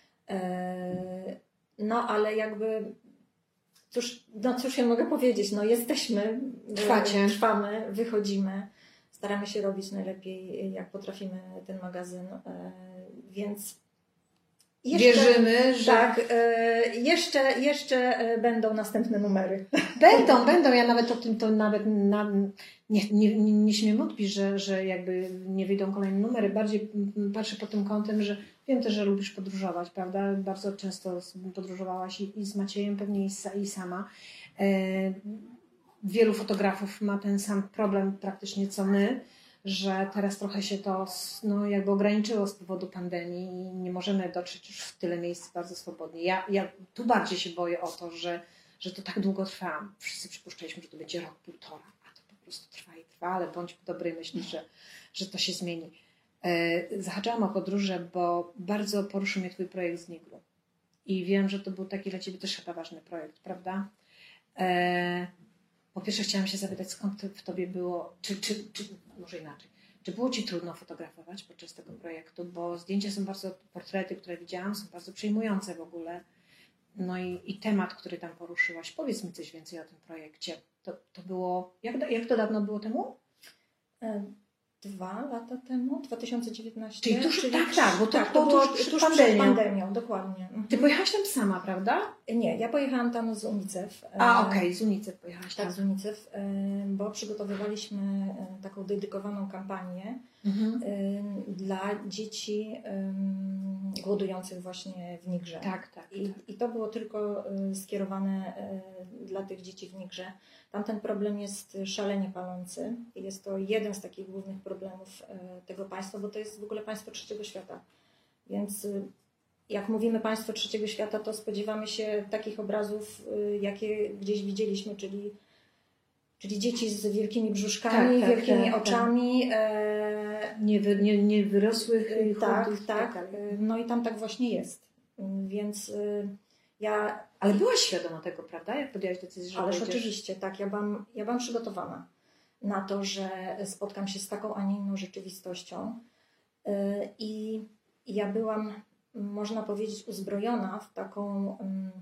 No, ale jakby, cóż, no cóż ja mogę powiedzieć, no jesteśmy, Trwacie. trwamy, wychodzimy, staramy się robić najlepiej, jak potrafimy ten magazyn, więc jeszcze, wierzymy, że... Tak, jeszcze, jeszcze będą następne numery. Będą, będą. Ja nawet o tym to nawet na, nie, nie, nie śmiem odbić, że, że jakby nie wyjdą kolejne numery. Bardziej patrzę pod tym kątem, że Wiem też, że lubisz podróżować, prawda? Bardzo często podróżowałaś i, i z Maciejem, pewnie i, i sama. E, wielu fotografów ma ten sam problem praktycznie co my, że teraz trochę się to no, jakby ograniczyło z powodu pandemii i nie możemy dotrzeć już w tyle miejsc bardzo swobodnie. Ja, ja tu bardziej się boję o to, że, że to tak długo trwa. Wszyscy przypuszczaliśmy, że to będzie rok, półtora, a to po prostu trwa i trwa, ale bądź dobrej myśli, że, że to się zmieni. E, zahaczałam o podróże, bo bardzo poruszył mnie twój projekt z Nigru. I wiem, że to był taki dla ciebie też chyba ważny projekt, prawda? E, po pierwsze chciałam się zapytać, skąd w tobie było, czy, czy, czy może inaczej, czy było ci trudno fotografować podczas tego projektu, bo zdjęcia są bardzo, portrety, które widziałam, są bardzo przejmujące w ogóle. No i, i temat, który tam poruszyłaś. Powiedz mi coś więcej o tym projekcie. To, to było, jak, jak to dawno było temu? Dwa lata temu, dwa tysiące dziewiętnaście. Czyli tuż, czyli tak, tak, bo to, tak, to, to było tuż przed tuż pandemią. przed pandemią, dokładnie. Mhm. Ty pojechałaś tam sama, prawda? Nie, ja pojechałam tam z UNICEF. A, okej, okay, z UNICEF pojechałaś tak, tam. z UNICEF, bo przygotowywaliśmy taką dedykowaną kampanię mhm. dla dzieci głodujących właśnie w Nigrze. Tak, tak. I, tak. I to było tylko skierowane dla tych dzieci w Nigrze. Tam ten problem jest szalenie palący i jest to jeden z takich głównych problemów tego państwa, bo to jest w ogóle państwo trzeciego świata. Więc jak mówimy państwo trzeciego świata, to spodziewamy się takich obrazów, jakie gdzieś widzieliśmy, czyli, czyli dzieci z wielkimi brzuszkami, tak, tak, wielkimi tak, oczami. Tak. Nie, wy, nie, nie wyrosłych. Tak, chudych, tak. tak. No i tam tak właśnie jest. Więc ja... Ale byłaś świadoma tego, prawda? Jak podjęłaś decyzję, że Ależ będziesz... oczywiście, tak. Ja byłam, ja byłam przygotowana na to, że spotkam się z taką, a nie inną rzeczywistością. I ja byłam, można powiedzieć, uzbrojona w taką...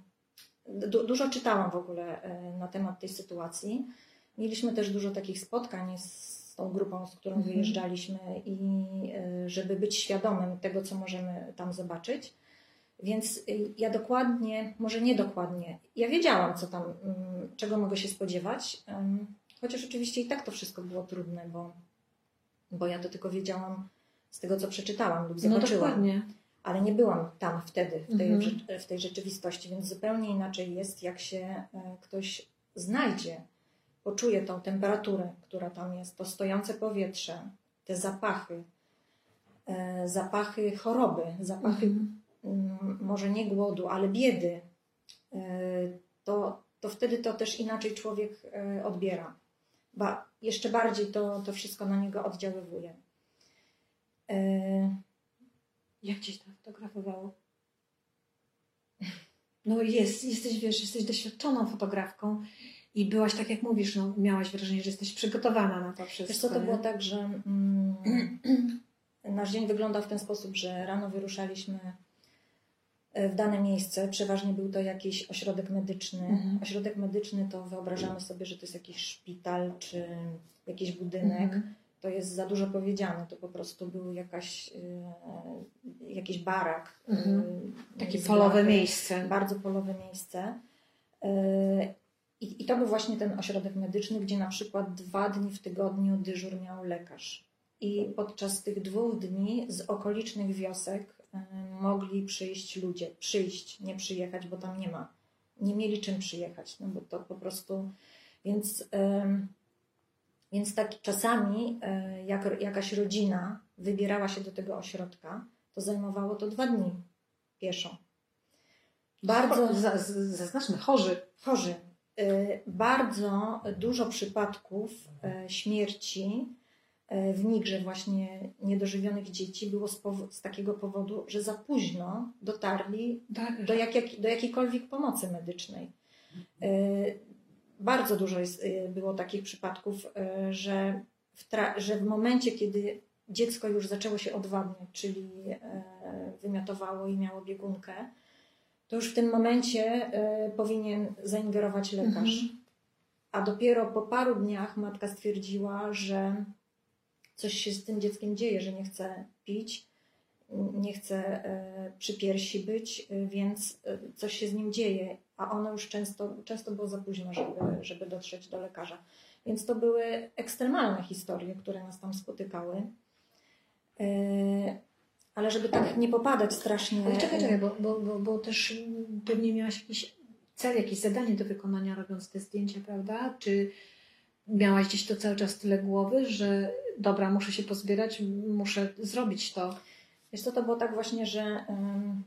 Du- dużo czytałam w ogóle na temat tej sytuacji. Mieliśmy też dużo takich spotkań z tą grupą, z którą mhm. wyjeżdżaliśmy i żeby być świadomym tego, co możemy tam zobaczyć. Więc ja dokładnie, może nie dokładnie, ja wiedziałam, co tam, czego mogę się spodziewać, chociaż oczywiście i tak to wszystko było trudne, bo, bo ja to tylko wiedziałam z tego, co przeczytałam lub zobaczyłam. No dokładnie. Ale nie byłam tam wtedy, w tej, mhm. w tej rzeczywistości, więc zupełnie inaczej jest, jak się ktoś znajdzie, poczuje tą temperaturę, która tam jest, to stojące powietrze, te zapachy, zapachy choroby, zapachy mhm. może nie głodu, ale biedy, to, to wtedy to też inaczej człowiek odbiera. Ba, jeszcze bardziej to, to wszystko na niego oddziaływuje. Jak Cię to fotografowało? No jest, jesteś, wiesz, jesteś doświadczoną fotografką i byłaś, tak jak mówisz, no, miałaś wrażenie, że jesteś przygotowana na to wszystko. Wiesz co, to było tak, że mm, nasz dzień wyglądał w ten sposób, że rano wyruszaliśmy w dane miejsce. Przeważnie był to jakiś ośrodek medyczny. Mhm. Ośrodek medyczny to wyobrażamy sobie, że to jest jakiś szpital czy jakiś budynek. Mhm. To jest za dużo powiedziane. To po prostu był jakaś, y, jakiś barak. Mhm. Y, Takie polowe blachy, miejsce. Bardzo polowe miejsce. Y, i, I to był właśnie ten ośrodek medyczny, gdzie na przykład dwa dni w tygodniu dyżur miał lekarz. I podczas tych dwóch dni z okolicznych wiosek y, mogli przyjść ludzie. Przyjść, nie przyjechać, bo tam nie ma. Nie mieli czym przyjechać. No bo to po prostu... Więc... Y, Więc tak czasami jak jakaś rodzina wybierała się do tego ośrodka, to zajmowało to dwa dni pieszo. Bardzo, zaznaczmy, chorzy. Chorzy. Bardzo dużo przypadków śmierci w Nigrze właśnie niedożywionych dzieci było z, powo- z takiego powodu, że za późno dotarli do, jak, jak, do jakiejkolwiek pomocy medycznej. Bardzo dużo jest, było takich przypadków, że w, tra- że w momencie, kiedy dziecko już zaczęło się odwadniać, czyli wymiotowało i miało biegunkę, to już w tym momencie powinien zaingerować lekarz. Mhm. A dopiero po paru dniach matka stwierdziła, że coś się z tym dzieckiem dzieje, że nie chce pić, nie chce przy piersi być, więc coś się z nim dzieje. A ono już często, często było za późno, żeby, żeby dotrzeć do lekarza. Więc to były ekstremalne historie, które nas tam spotykały. ale żeby tak nie popadać strasznie. Ale czekaj, czekaj, bo, bo, bo, bo też pewnie miałaś jakiś cel, jakieś zadanie do wykonania robiąc te zdjęcia, prawda? Czy miałaś gdzieś to cały czas tyle głowy, że dobra, muszę się pozbierać, muszę zrobić to. Wiesz co, to było tak właśnie, że, um,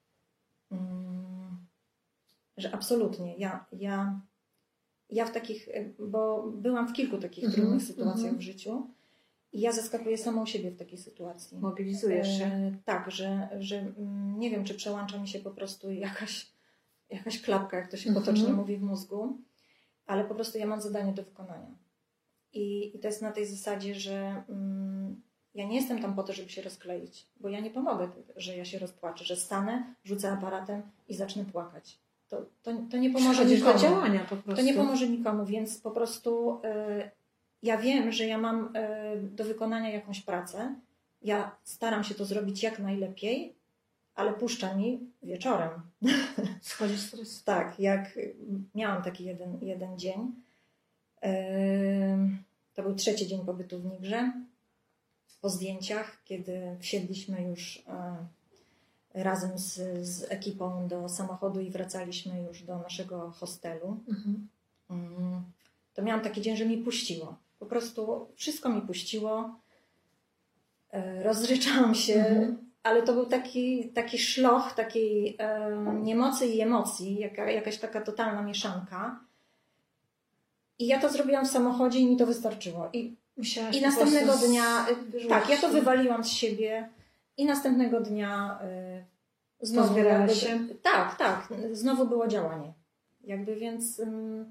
um, że absolutnie. Ja, ja, ja w takich, bo byłam w kilku takich mm-hmm, trudnych sytuacjach mm-hmm. w życiu i ja zaskakuję samą siebie w takiej sytuacji. Mobilizujesz się. E, tak, że, że nie wiem, czy przełącza mi się po prostu jakaś, jakaś klapka, jak to się mm-hmm. potocznie mówi w mózgu, ale po prostu ja mam zadanie do wykonania. I, i to jest na tej zasadzie, że mm, ja nie jestem tam po to, żeby się rozkleić, bo ja nie pomogę, że ja się rozpłaczę, że stanę, rzucę aparatem i zacznę płakać. To, to, to nie pomoże nikomu. Do działania po prostu. To nie pomoże nikomu, więc po prostu y, ja wiem, że ja mam y, do wykonania jakąś pracę. Ja staram się to zrobić jak najlepiej, ale puszcza mi wieczorem. Schodzi stres. Tak, jak miałam taki jeden, jeden dzień. Y, to był trzeci dzień pobytu w Nigrze. Po zdjęciach, kiedy wsiedliśmy już y, razem z, z ekipą do samochodu i wracaliśmy już do naszego hostelu, mhm. y, to miałam taki dzień, że mi puściło. Po prostu wszystko mi puściło. Y, rozryczałam się, mhm. ale to był taki, taki szloch takiej y, niemocy i emocji, jaka, jakaś taka totalna mieszanka. I ja to zrobiłam w samochodzie i mi to wystarczyło. I Musiałaś I następnego dnia, wyrzucić. tak, ja to wywaliłam z siebie i następnego dnia y, znowu jakby, się. Tak, tak, znowu było działanie. Jakby więc, ym,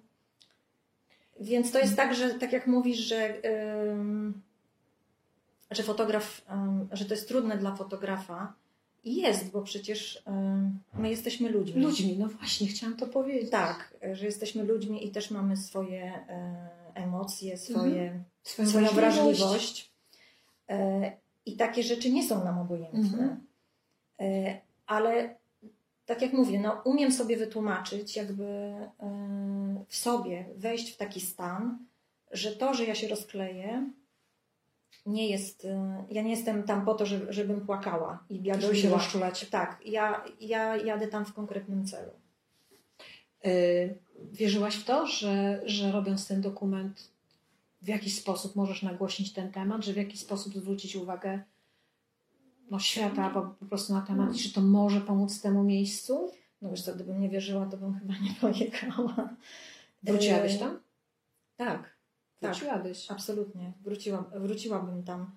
więc to jest tak, że tak jak mówisz, że, ym, że fotograf, ym, że to jest trudne dla fotografa. I jest, bo przecież ym, my jesteśmy ludźmi. Ludźmi, no właśnie, chciałam to powiedzieć. Tak, że jesteśmy ludźmi i też mamy swoje y, emocje, swoje... Mhm. Swoją, swoją wrażliwość. wrażliwość. I takie rzeczy nie są nam obojętne. Mm-hmm. Ale tak jak mówię, no, umiem sobie wytłumaczyć, jakby w sobie wejść w taki stan, że to, że ja się rozkleję, nie jest, ja nie jestem tam po to, żeby, żebym płakała i biadowiła. Żeby się rozczulać. Tak, ja, ja jadę tam w konkretnym celu. Yy, wierzyłaś w to, że, że robiąc ten dokument w jakiś sposób możesz nagłośnić ten temat, że w jakiś sposób zwrócić uwagę no, świata po, po prostu na temat i że to może pomóc temu miejscu? No wiesz co, gdybym nie wierzyła, to bym chyba nie pojechała. Wróciłabyś tam? Tak. Wróciłabyś? Tak, absolutnie. Wróciłam, wróciłabym tam,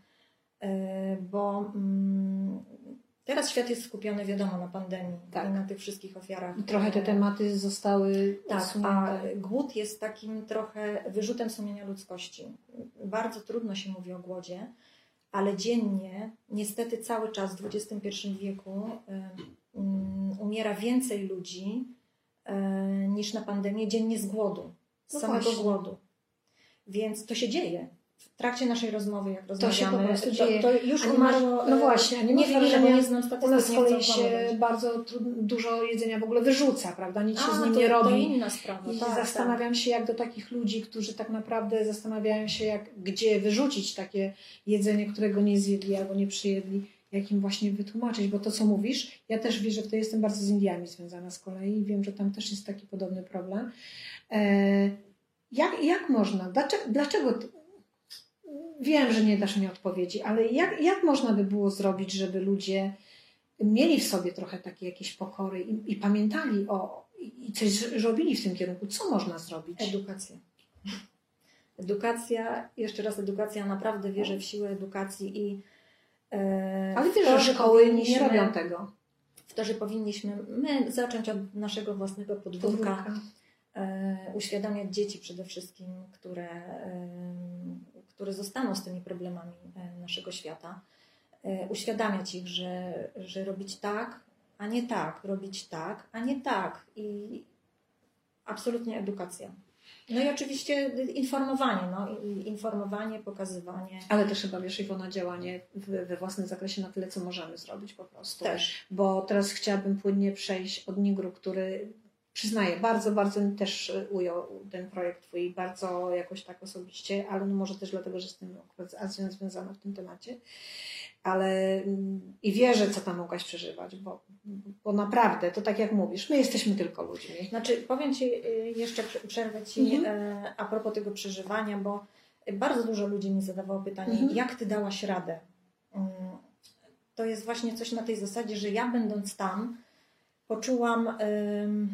bo mm, teraz świat jest skupiony, wiadomo, na pandemii tak. i na tych wszystkich ofiarach. I trochę te tematy zostały tak, usunięte. A głód jest takim trochę wyrzutem sumienia ludzkości. Bardzo trudno się mówi o głodzie, ale dziennie, niestety cały czas w dwudziestym pierwszym wieku um, umiera więcej ludzi um, niż na pandemię dziennie z głodu, z no samego właśnie. głodu. Więc to się dzieje. W trakcie naszej rozmowy, jak rozmawiamy, to się po prostu dzieje. To, to już umarło. No właśnie, nie, nie wiem, ile, bo nie znam statystyk. U nas z kolei się bardzo dużo jedzenia w ogóle wyrzuca, prawda? Nic się a, z nim to, nie robi. To inna sprawa. I tak, zastanawiam tak. się, jak do takich ludzi, którzy tak naprawdę zastanawiają się, jak, gdzie wyrzucić takie jedzenie, którego nie zjedli albo nie przyjedli, jak im właśnie wytłumaczyć, bo to, co mówisz, ja też wierzę w to, jestem bardzo z Indiami związana z kolei i wiem, że tam też jest taki podobny problem. E, jak, jak można? Dlaczego, dlaczego to, wiem, że nie dasz mi odpowiedzi, ale jak, jak można by było zrobić, żeby ludzie mieli w sobie trochę takiej jakiejś pokory i, i pamiętali o i coś robili w tym kierunku? Co można zrobić? Edukacja. Edukacja, jeszcze raz edukacja, naprawdę wierzę w siłę edukacji i e, ale wiesz, że szkoły nie robią tego. W to, że powinniśmy my zacząć od naszego własnego podwórka, podwórka. E, uświadamiać dzieci przede wszystkim, które e, które zostaną z tymi problemami naszego świata, uświadamiać ich, że, że robić tak, a nie tak, robić tak, a nie tak i absolutnie edukacja. No i oczywiście informowanie, no, informowanie, pokazywanie. Ale też chyba wiesz, Iwona, działanie we własnym zakresie na tyle, co możemy zrobić po prostu. Też. Bo teraz chciałabym płynnie przejść od Nigru, który przyznaję, bardzo, bardzo też ujął ten projekt twój, bardzo jakoś tak osobiście, ale no może też dlatego, że jestem z Azją związana w tym temacie. ale i wierzę, co tam mogłaś przeżywać, bo, bo naprawdę, to tak jak mówisz, my jesteśmy tylko ludźmi. Znaczy, powiem Ci, jeszcze przerwę Ci mhm. a propos tego przeżywania, bo bardzo dużo ludzi mi zadawało pytanie, mhm. jak Ty dałaś radę? To jest właśnie coś na tej zasadzie, że ja będąc tam poczułam ym,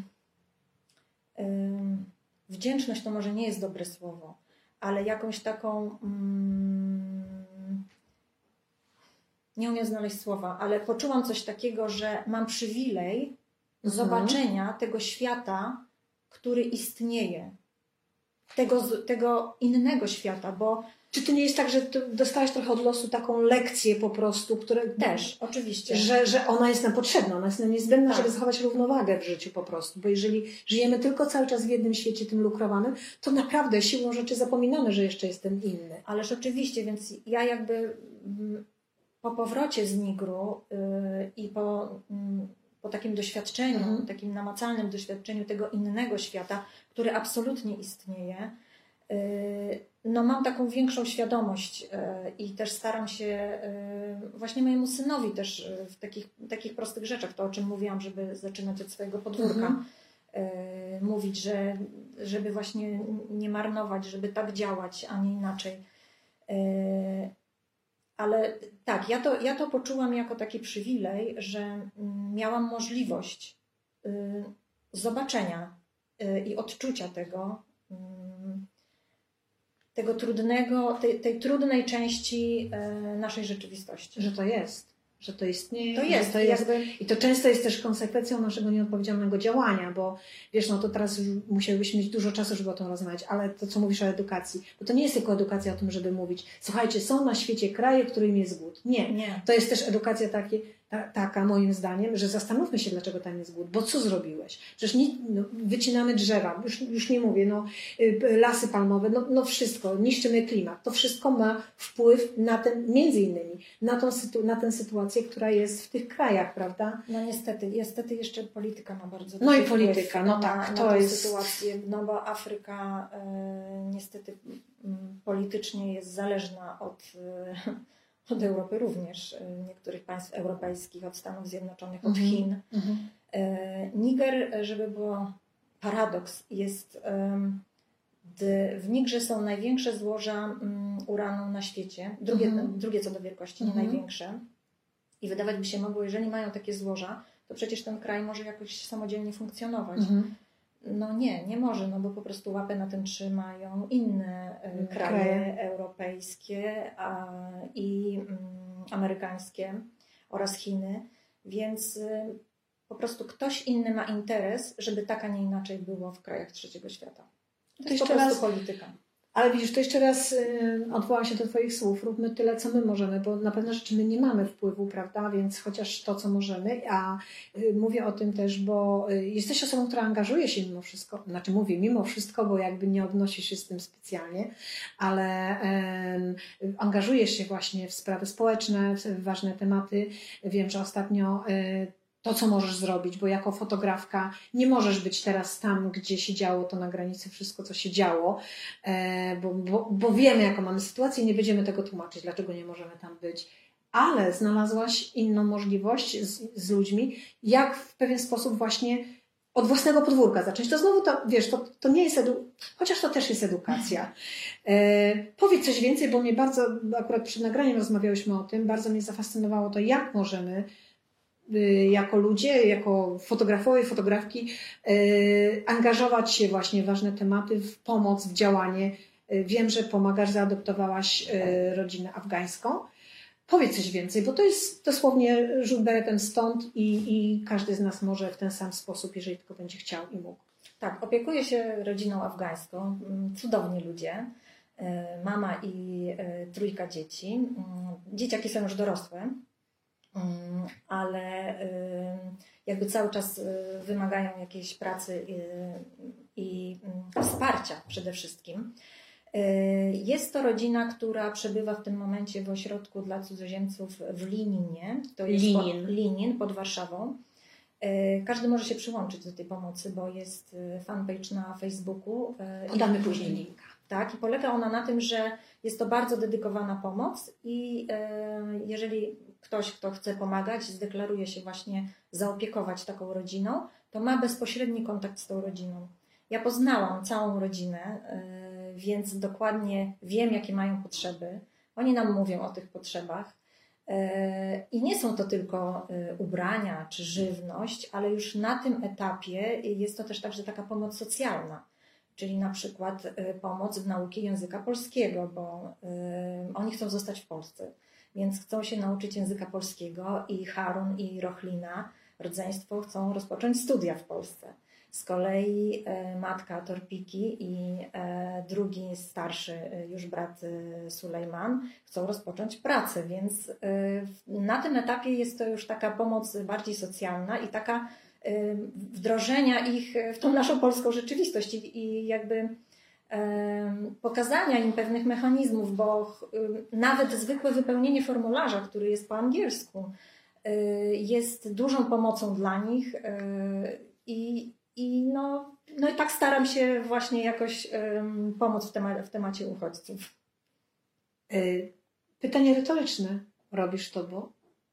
ym, wdzięczność, to może nie jest dobre słowo, ale jakąś taką ym, nie umiem znaleźć słowa, ale poczułam coś takiego, że mam przywilej mhm. zobaczenia tego świata, który istnieje. Tego, tego innego świata, bo... Czy to nie jest tak, że dostałaś trochę od losu taką lekcję po prostu, która... Też, oczywiście. Że, że ona jest nam potrzebna, ona jest nam niezbędna, tak. żeby zachować równowagę w życiu po prostu, bo jeżeli żyjemy tylko cały czas w jednym świecie, tym lukrowanym, to naprawdę siłą rzeczy zapominamy, że jeszcze jest ten inny. Ależ oczywiście, więc ja jakby po powrocie z Nigru yy, i po... Yy, po takim doświadczeniu, mhm. takim namacalnym doświadczeniu tego innego świata, który absolutnie istnieje, no mam taką większą świadomość i też staram się właśnie mojemu synowi też w takich, takich prostych rzeczach, to o czym mówiłam, żeby zaczynać od swojego podwórka, mhm. mówić, że żeby właśnie nie marnować, żeby tak działać, a nie inaczej. Ale tak, ja to, ja to poczułam jako taki przywilej, że miałam możliwość y, zobaczenia y, i odczucia tego, y, tego trudnego, tej, tej trudnej części y, naszej rzeczywistości. Że to jest, że to istnieje. To jest, to jest. Jakby... I to często jest też konsekwencją naszego nieodpowiedzialnego działania, bo wiesz, no to teraz już musielibyśmy mieć dużo czasu, żeby o tym rozmawiać, ale to, co mówisz o edukacji, bo to nie jest tylko edukacja o tym, żeby mówić, słuchajcie, są na świecie kraje, w którym jest głód. Nie. nie. To jest też edukacja takie, ta, taka moim zdaniem, że zastanówmy się, dlaczego tam jest głód, bo co zrobiłeś? Przecież nie, no, wycinamy drzewa, już, już nie mówię, no, lasy palmowe, no, no wszystko, niszczymy klimat. To wszystko ma wpływ na ten, między innymi, na, tą, na tę sytuację, która jest w tych krajach, prawda? No niestety, niestety jeszcze polityka ma bardzo No i polityka, no tak, na, to na tę jest... sytuację, no bo Afryka y, niestety y, politycznie jest zależna od, y, od Europy również, y, niektórych państw europejskich, od Stanów Zjednoczonych, od mm-hmm. Chin. Mm-hmm. Y, Niger, żeby było paradoks, jest... Y, w Nigrze są największe złoża uranu na świecie, drugie, mm-hmm. drugie co do wielkości, nie mm-hmm. największe. I wydawać by się mogło, jeżeli mają takie złoża, to przecież ten kraj może jakoś samodzielnie funkcjonować. Mm-hmm. No nie, nie może, no bo po prostu łapę na tym trzymają inne mm, kraje, kraje europejskie a, i mm, amerykańskie oraz Chiny, więc y, po prostu ktoś inny ma interes, żeby tak, a nie inaczej było w krajach trzeciego świata. To, to jest po prostu raz... polityka. Ale widzisz, to jeszcze raz y, odwołam się do Twoich słów. Róbmy tyle, co my możemy, bo na pewne rzeczy my nie mamy wpływu, prawda? Więc chociaż to, co możemy, a y, mówię o tym też, bo y, jesteś osobą, która angażuje się mimo wszystko, znaczy mówię mimo wszystko, bo jakby nie odnosi się z tym specjalnie, ale y, angażujesz się właśnie w sprawy społeczne, w ważne tematy. Wiem, że ostatnio y, to, co możesz zrobić, bo jako fotografka nie możesz być teraz tam, gdzie się działo to na granicy, wszystko, co się działo, bo, bo, bo wiemy, jaką mamy sytuację i nie będziemy tego tłumaczyć, dlaczego nie możemy tam być. Ale znalazłaś inną możliwość z, z ludźmi, jak w pewien sposób właśnie od własnego podwórka zacząć. To znowu, to, wiesz, to, to nie jest edu... chociaż to też jest edukacja. E, powiedz coś więcej, bo mnie bardzo, akurat przed nagraniem rozmawiałyśmy o tym, bardzo mnie zafascynowało to, jak możemy jako ludzie, jako fotografowie, fotografki angażować się właśnie w ważne tematy, w pomoc, w działanie. Wiem, że pomagasz, zaadoptowałaś rodzinę afgańską. Powiedz coś więcej, bo to jest dosłownie rzut beretem stąd i, i każdy z nas może w ten sam sposób, jeżeli tylko będzie chciał i mógł. Tak, opiekuję się rodziną afgańską. Cudowni ludzie. Mama i trójka dzieci. Dzieciaki są już dorosłe, ale jakby cały czas wymagają jakiejś pracy i wsparcia przede wszystkim. Jest to rodzina, która przebywa w tym momencie w ośrodku dla cudzoziemców w Lininie. To jest Linin. Pod, Linin pod Warszawą. Każdy może się przyłączyć do tej pomocy, bo jest fanpage na Facebooku. Podamy później linka. Tak, i polega ona na tym, że jest to bardzo dedykowana pomoc i jeżeli ktoś, kto chce pomagać, zdeklaruje się właśnie zaopiekować taką rodziną, to ma bezpośredni kontakt z tą rodziną. Ja poznałam całą rodzinę, więc dokładnie wiem, jakie mają potrzeby. Oni nam mówią o tych potrzebach. I nie są to tylko ubrania czy żywność, ale już na tym etapie jest to też także taka pomoc socjalna, czyli na przykład pomoc w nauce języka polskiego, bo oni chcą zostać w Polsce, więc chcą się nauczyć języka polskiego i Harun i Rochlina, rodzeństwo, chcą rozpocząć studia w Polsce. Z kolei matka Torpiki i drugi starszy już brat Sulejman chcą rozpocząć pracę, więc na tym etapie jest to już taka pomoc bardziej socjalna i taka wdrożenia ich w tą naszą polską rzeczywistość i jakby pokazania im pewnych mechanizmów, bo nawet zwykłe wypełnienie formularza, który jest po angielsku, jest dużą pomocą dla nich i I no, no i tak staram się właśnie jakoś um, pomóc w, tema w temacie uchodźców. Pytanie retoryczne. Robisz to, bo?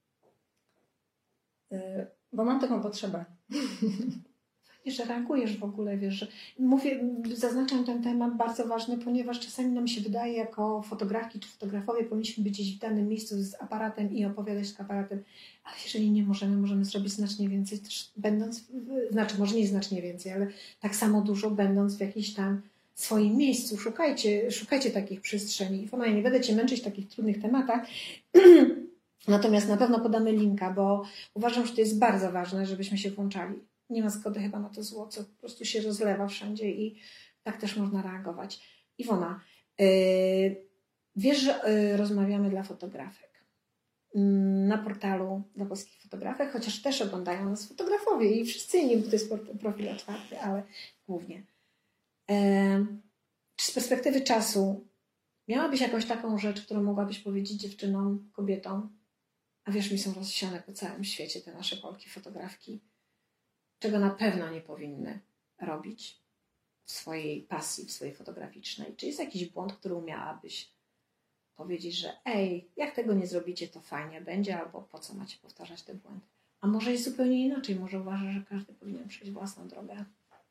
Yy, bo mam taką potrzebę. Fajnie, że reagujesz w ogóle, wiesz, że mówię, zaznaczam ten temat bardzo ważny, ponieważ czasami nam się wydaje, jako fotografki czy fotografowie powinniśmy być gdzieś w danym miejscu z aparatem i opowiadać z aparatem, ale jeżeli nie możemy, możemy zrobić znacznie więcej, też będąc, w, znaczy może nie znacznie więcej, ale tak samo dużo będąc w jakimś tam swoim miejscu. Szukajcie, szukajcie takich przestrzeni. Fona, ja nie będę Cię męczyć w takich trudnych tematach, natomiast na pewno podamy linka, bo uważam, że to jest bardzo ważne, żebyśmy się włączali. Nie ma zgody chyba na to zło, co po prostu się rozlewa wszędzie i tak też można reagować. Iwona, yy, wiesz, że yy, rozmawiamy dla fotografek yy, na portalu dla polskich fotografek, chociaż też oglądają nas fotografowie i wszyscy inni, bo to jest profil otwarty, ale głównie. Yy, czy z perspektywy czasu miałabyś jakąś taką rzecz, którą mogłabyś powiedzieć dziewczynom, kobietom, a wiesz, mi są rozsiane po całym świecie te nasze Polki fotografki, czego na pewno nie powinny robić w swojej pasji, w swojej fotograficznej? Czy jest jakiś błąd, który umiałabyś powiedzieć, że ej, jak tego nie zrobicie, to fajnie będzie, albo po co macie powtarzać te błędy? A może jest zupełnie inaczej, może uważasz, że każdy powinien przejść własną drogę?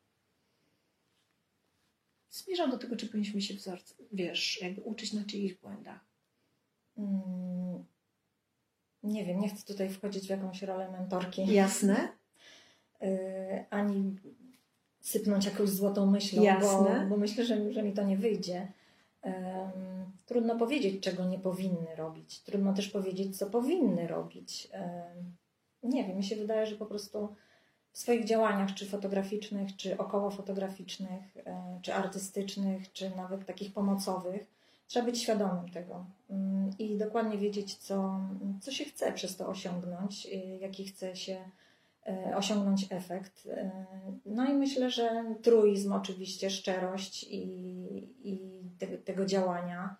Zmierzam do tego, czy powinniśmy się wzorc, wiesz, jakby uczyć na czyichś błędach. Hmm. Nie wiem, nie chcę tutaj wchodzić w jakąś rolę mentorki. Jasne. Ani sypnąć jakąś złotą myślą, bo, bo myślę, że, że mi to nie wyjdzie. Um, trudno powiedzieć, czego nie powinny robić. Trudno też powiedzieć, co powinny robić. Um, nie wiem, mi się wydaje, że po prostu w swoich działaniach, czy fotograficznych, czy okołofotograficznych, um, czy artystycznych, czy nawet takich pomocowych, trzeba być świadomym tego um, i dokładnie wiedzieć, co, co się chce przez to osiągnąć, jaki chce się osiągnąć efekt. No i myślę, że truizm oczywiście, szczerość i, i te, tego działania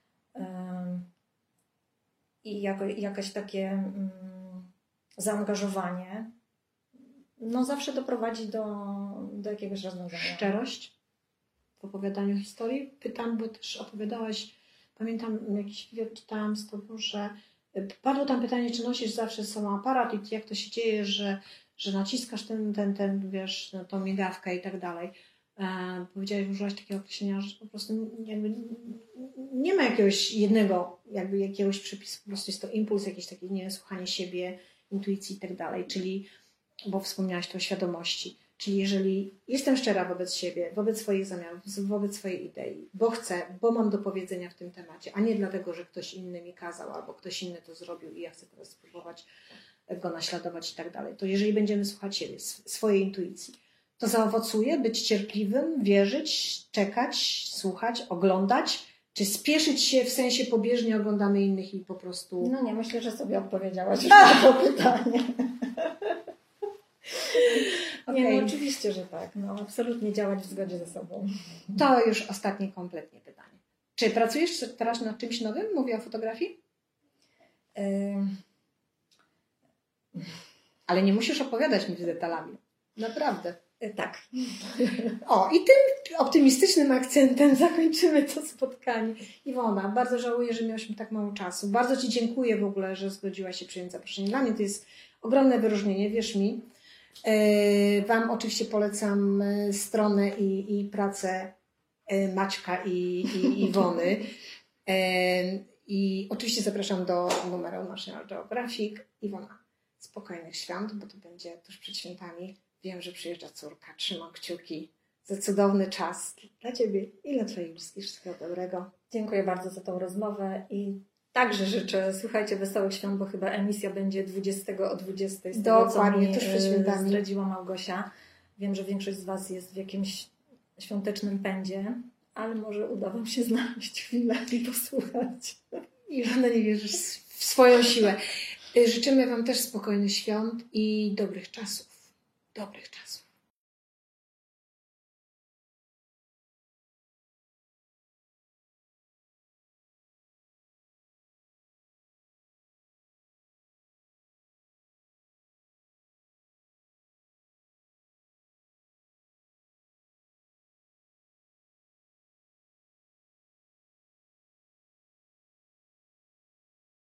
i jako, jakaś takie um, zaangażowanie no zawsze doprowadzi do, do jakiegoś rozwiązania. Szczerość w opowiadaniu historii? Pytam, bo też opowiadałaś, pamiętam jakiś wywiad czytałam z Tobą, że padło tam pytanie, czy nosisz zawsze ze sobą aparat i jak to się dzieje, że, że naciskasz ten, ten, ten, wiesz, tą migawkę i tak dalej. E, powiedziałaś, użyłaś takiego określenia, że po prostu jakby nie ma jakiegoś jednego, jakby jakiegoś przepisu, po prostu jest to impuls, jakieś takie, nie wiem, słuchanie siebie, intuicji i tak dalej, czyli, bo wspomniałaś tu o świadomości. Czyli jeżeli jestem szczera wobec siebie, wobec swoich zamiarów, wobec swojej idei, bo chcę, bo mam do powiedzenia w tym temacie, a nie dlatego, że ktoś inny mi kazał albo ktoś inny to zrobił i ja chcę teraz spróbować go naśladować i tak dalej, to jeżeli będziemy słuchać siebie, swojej intuicji, to zaowocuje być cierpliwym, wierzyć, czekać, słuchać, oglądać, czy spieszyć się w sensie pobieżnie oglądamy innych i po prostu... No nie, myślę, że sobie odpowiedziałaś już na to pytanie. Nie, okay. No oczywiście, że tak. No, absolutnie działać w zgodzie ze sobą. To już ostatnie kompletnie pytanie. Czy pracujesz teraz nad czymś nowym? Mówię o fotografii? Yy... Ale nie musisz opowiadać mi z detalami. Naprawdę. Tak. O, i tym optymistycznym akcentem zakończymy to spotkanie. Iwona, bardzo żałuję, że miałyśmy tak mało czasu. Bardzo Ci dziękuję w ogóle, że zgodziłaś się przyjąć zaproszenie. Dla mnie to jest ogromne wyróżnienie, wierz mi. Wam oczywiście polecam stronę i, i pracę Maćka i, i Iwony. I oczywiście zapraszam do numeru National Geographic. Iwona, spokojnych świąt, bo to będzie tuż przed świętami. Wiem, że przyjeżdża córka, trzymam kciuki za cudowny czas dla Ciebie i dla Twojej bliskiej. Wszystkiego dobrego. Dziękuję bardzo za tą rozmowę i także życzę, słuchajcie, wesołych świąt, bo chyba emisja będzie dwudziestego o dwudziestej. Z Dokładnie, tego, co tuż przed świętami. zdradziła Małgosia. Wiem, że większość z Was jest w jakimś świątecznym pędzie, ale może uda Wam się znaleźć chwilę i posłuchać. Iwona, nie wierzysz w swoją siłę. Życzymy Wam też spokojnych świąt i dobrych czasów. Dobrych czasów.